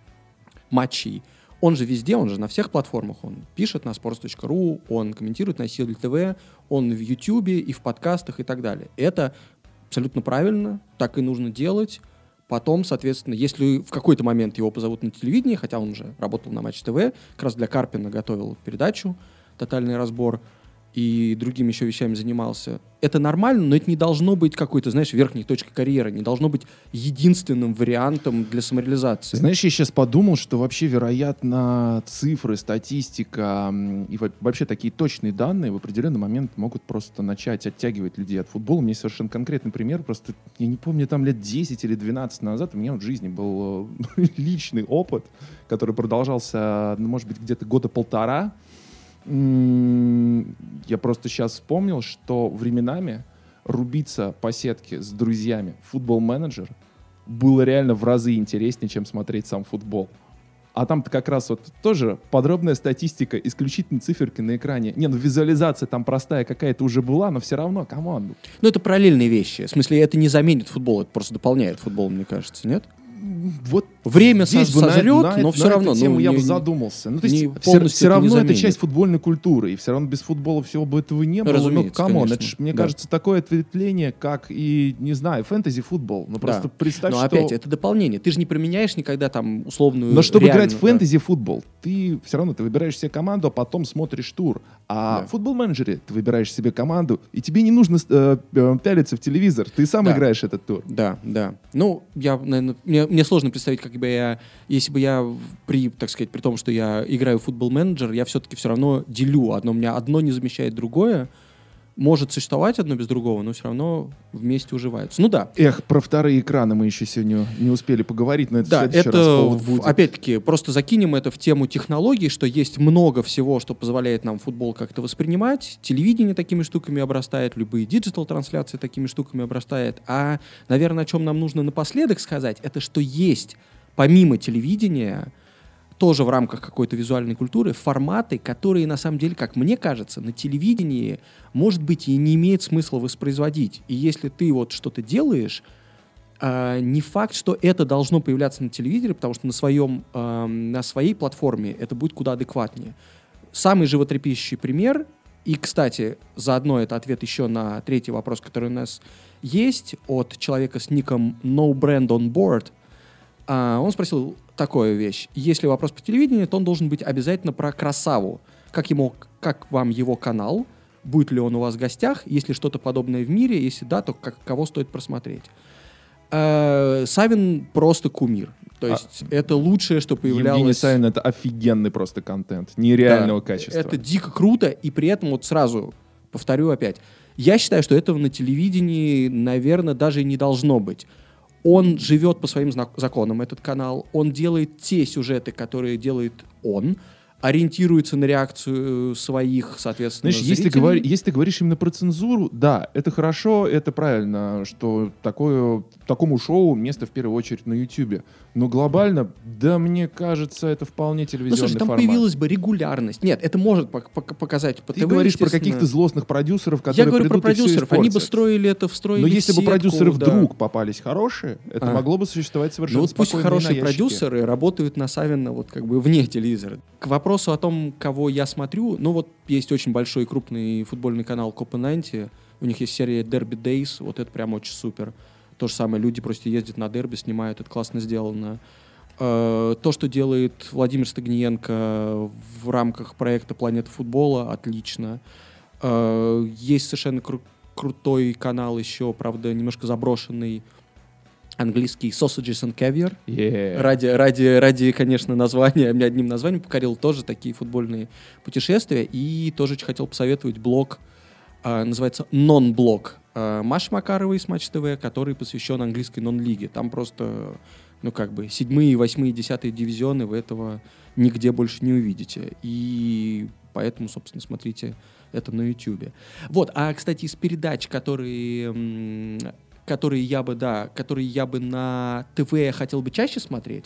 матчей, он же везде, он же на всех платформах. Он пишет на sports точка ru, он комментирует на Силе ТВ, он в Ютьюбе и в подкастах и так далее. Это абсолютно правильно, так и нужно делать. Потом, соответственно, если в какой-то момент его позовут на телевидение, хотя он уже работал на Матч ТВ, как раз для Карпина готовил передачу «Тотальный разбор», и другими еще вещами занимался. Это нормально, но это не должно быть какой-то, знаешь, верхней точкой карьеры, не должно быть единственным вариантом для самореализации. Знаешь, я сейчас подумал, что вообще, вероятно, цифры, статистика и вообще такие точные данные в определенный момент могут просто начать оттягивать людей от футбола. У меня есть совершенно конкретный пример, просто я не помню, там лет десять или двенадцать назад у меня в жизни был личный опыт, который продолжался, ну, может быть, где-то года полтора. Я просто сейчас вспомнил, что временами рубиться по сетке с друзьями в футбол-менеджер было реально в разы интереснее, чем смотреть сам футбол. А там-то как раз вот тоже подробная статистика, исключительно циферки на экране. Не, ну визуализация там простая какая-то уже была, но все равно, камон. Ну это параллельные вещи. В смысле, это не заменит футбол, это просто дополняет футбол, мне кажется, нет? Вот время здесь со- сожрет, на, но на, все на равно. Эту тему ну, я не, бы задумался. Ну, то есть все, все равно это это часть футбольной культуры, и все равно без футбола всего бы этого не было. Ну, камон, это ж, мне да. кажется, такое ответвление, как и, не знаю, фэнтези-футбол. Ну, просто да. представь, но что... опять, это дополнение. Ты же не применяешь никогда там условную... Но чтобы реально, играть в фэнтези-футбол, да. ты все равно ты выбираешь себе команду, а потом смотришь тур. А да. в футбол-менеджере ты выбираешь себе команду, и тебе не нужно э, пялиться в телевизор. Ты сам да. играешь этот тур. Да, да. Ну, я, наверное, мне, мне сложно представить, как бы я... Если бы я при, так сказать, при том, что я играю в футбол-менеджер, я все-таки все равно делю. Одно, у меня одно не замещает другое. Может существовать одно без другого, но все равно вместе уживаются. Ну да. Эх, про вторые экраны мы еще сегодня не успели поговорить, но это да, в следующий это, раз повод будет. Опять-таки, просто закинем это в тему технологий, что есть много всего, что позволяет нам футбол как-то воспринимать. Телевидение такими штуками обрастает, любые диджитал-трансляции такими штуками обрастает. А, наверное, о чем нам нужно напоследок сказать, это что есть, помимо телевидения, тоже в рамках какой-то визуальной культуры, форматы, которые, на самом деле, как мне кажется, на телевидении, может быть, и не имеет смысла воспроизводить. И если ты вот что-то делаешь, э, не факт, что это должно появляться на телевизоре, потому что на, своем, э, на своей платформе это будет куда адекватнее. Самый животрепещущий пример, и, кстати, заодно это ответ еще на третий вопрос, который у нас есть, от человека с ником No Brand on Board. Uh, он спросил такую вещь. Если вопрос по телевидению, то он должен быть обязательно про Красаву. Как, ему, как вам его канал? Будет ли он у вас в гостях? Есть ли что-то подобное в мире? Если да, то как, кого стоит просмотреть? Uh, Савин просто кумир. То есть а, это лучшее, что появлялось... Евгений Савин — это офигенный просто контент. Нереального да, качества. Это дико круто. И при этом вот сразу повторю опять. Я считаю, что этого на телевидении, наверное, даже и не должно быть. Он живет по своим законам, этот канал. Он делает те сюжеты, которые делает он. ориентируется на реакцию своих, соответственно, Знаешь, если, говор... если ты говоришь именно про цензуру, да, это хорошо, это правильно, что такое, такому шоу место в первую очередь на Ютубе. Но глобально, да, мне кажется, это вполне телевизионный ну, слушай, там формат. появилась бы регулярность. Нет, это может пок- пок- показать по Ты ТВ, говоришь про каких-то злостных продюсеров, которые Я говорю придут про и всё продюсеров. Они бы испортят. строили это, встроили Но в если бы сетку, продюсеры да. вдруг попались хорошие, это А. могло бы существовать совершенно Ну вот пусть спокойно и на хорошие ящике. продюсеры работают на Савино вот как бы вне телевизора. К вопросу о том, кого я смотрю, ну вот есть очень большой и крупный футбольный канал Копа девяносто, у них есть серия Derby Days, вот это прям очень супер. То же самое, люди просто ездят на дерби, снимают, это классно сделано. Э, То, что делает Владимир Стагниенко в рамках проекта «Планета футбола», отлично. Э, Есть совершенно кру- крутой канал еще, правда, немножко заброшенный, английский Sausages and Caviar. Yeah. Ради, ради, ради, конечно, названия, мне одним названием покорил тоже такие футбольные путешествия. И тоже очень хотел посоветовать блог, э, называется «Non-блог» э, Маши Макаровой с Матч ТВ, который посвящен английской нон-лиге. Там просто, ну как бы, седьмые, восьмые, десятые дивизионы вы этого нигде больше не увидите. И поэтому, собственно, смотрите это на Ютьюбе. Вот, а, кстати, из передач, которые... м, которые я бы, да, которые я бы на ТВ хотел бы чаще смотреть,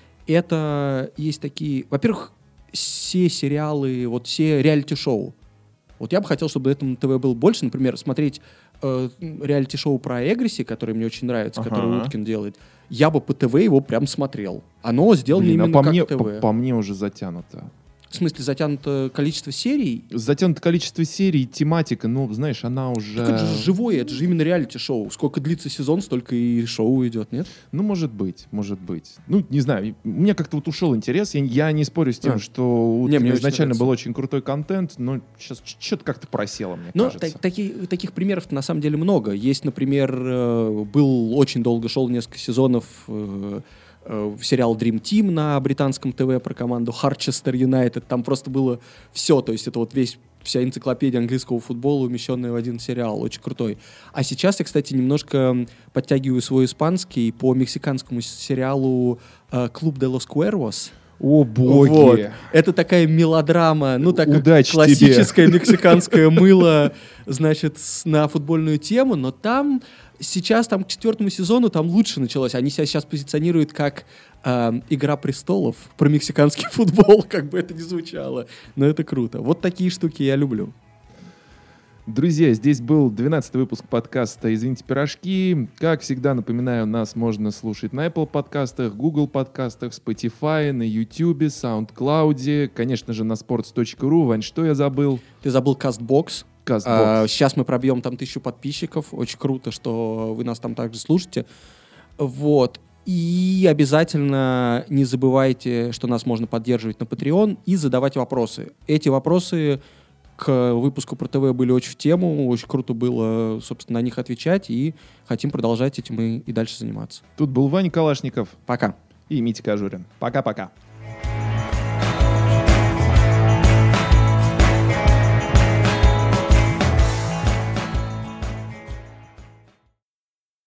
это есть такие... Во-первых, все сериалы, вот все реалити-шоу. Вот я бы хотел, чтобы этого на ТВ было больше. Например, смотреть э, реалити-шоу про Эгриси, которое мне очень нравится, Ага. которое Уткин делает. Я бы по ТВ его прям смотрел. Оно сделано Блин, а именно по как мне, ТВ. по, по мне уже затянуто. В смысле, затянуто количество серий? Затянуто количество серий, тематика, ну, знаешь, она уже... Так это же живое, это же именно реалити-шоу. Сколько длится сезон, столько и шоу идет, нет? Ну, может быть, может быть. Ну, не знаю, у меня как-то вот ушел интерес. Я, я не спорю с тем, А. что у Не, мне Уткина очень изначально нравится. был очень крутой контент, но сейчас что-то как-то просело, мне Ну, кажется. та- таки- таких примеров на самом деле много. Есть, например, э, был очень долго шел несколько сезонов э, э, сериал Dream Team на британском ТВ про команду Харчестер Юнайтед. Там просто было все, то есть это вот весь вся энциклопедия английского футбола, умещенная в один сериал. Очень крутой. А сейчас я, кстати, немножко подтягиваю свой испанский по мексиканскому сериалу э, «Клуб де лос Куэрвос». О, боги! Вот. Это такая мелодрама, ну, так как Удачи классическое мексиканское мыло, значит, с- на футбольную тему, но там сейчас, там к четвертому сезону, там лучше началось. Они себя сейчас позиционируют как э, «Игра престолов» про мексиканский футбол, как бы это ни звучало. Но это круто. Вот такие штуки я люблю. Друзья, здесь был двенадцатый выпуск подкаста «Извините, пирожки». Как всегда, напоминаю, нас можно слушать на Apple подкастах, Google подкастах, Spotify, на YouTube, SoundCloud, конечно же, на sports точка ru. Вань, что я забыл? Ты забыл CastBox. CastBox. А, сейчас мы пробьем там тысячу подписчиков. Очень круто, что вы нас там также слушаете. Вот. И обязательно не забывайте, что нас можно поддерживать на Patreon и задавать вопросы. Эти вопросы к выпуску про ТВ были очень в тему. Очень круто было, собственно, на них отвечать. И хотим продолжать этим и, и дальше заниматься. Тут был Ваня Калашников Пока. и Митя Кожурин. Пока-пока.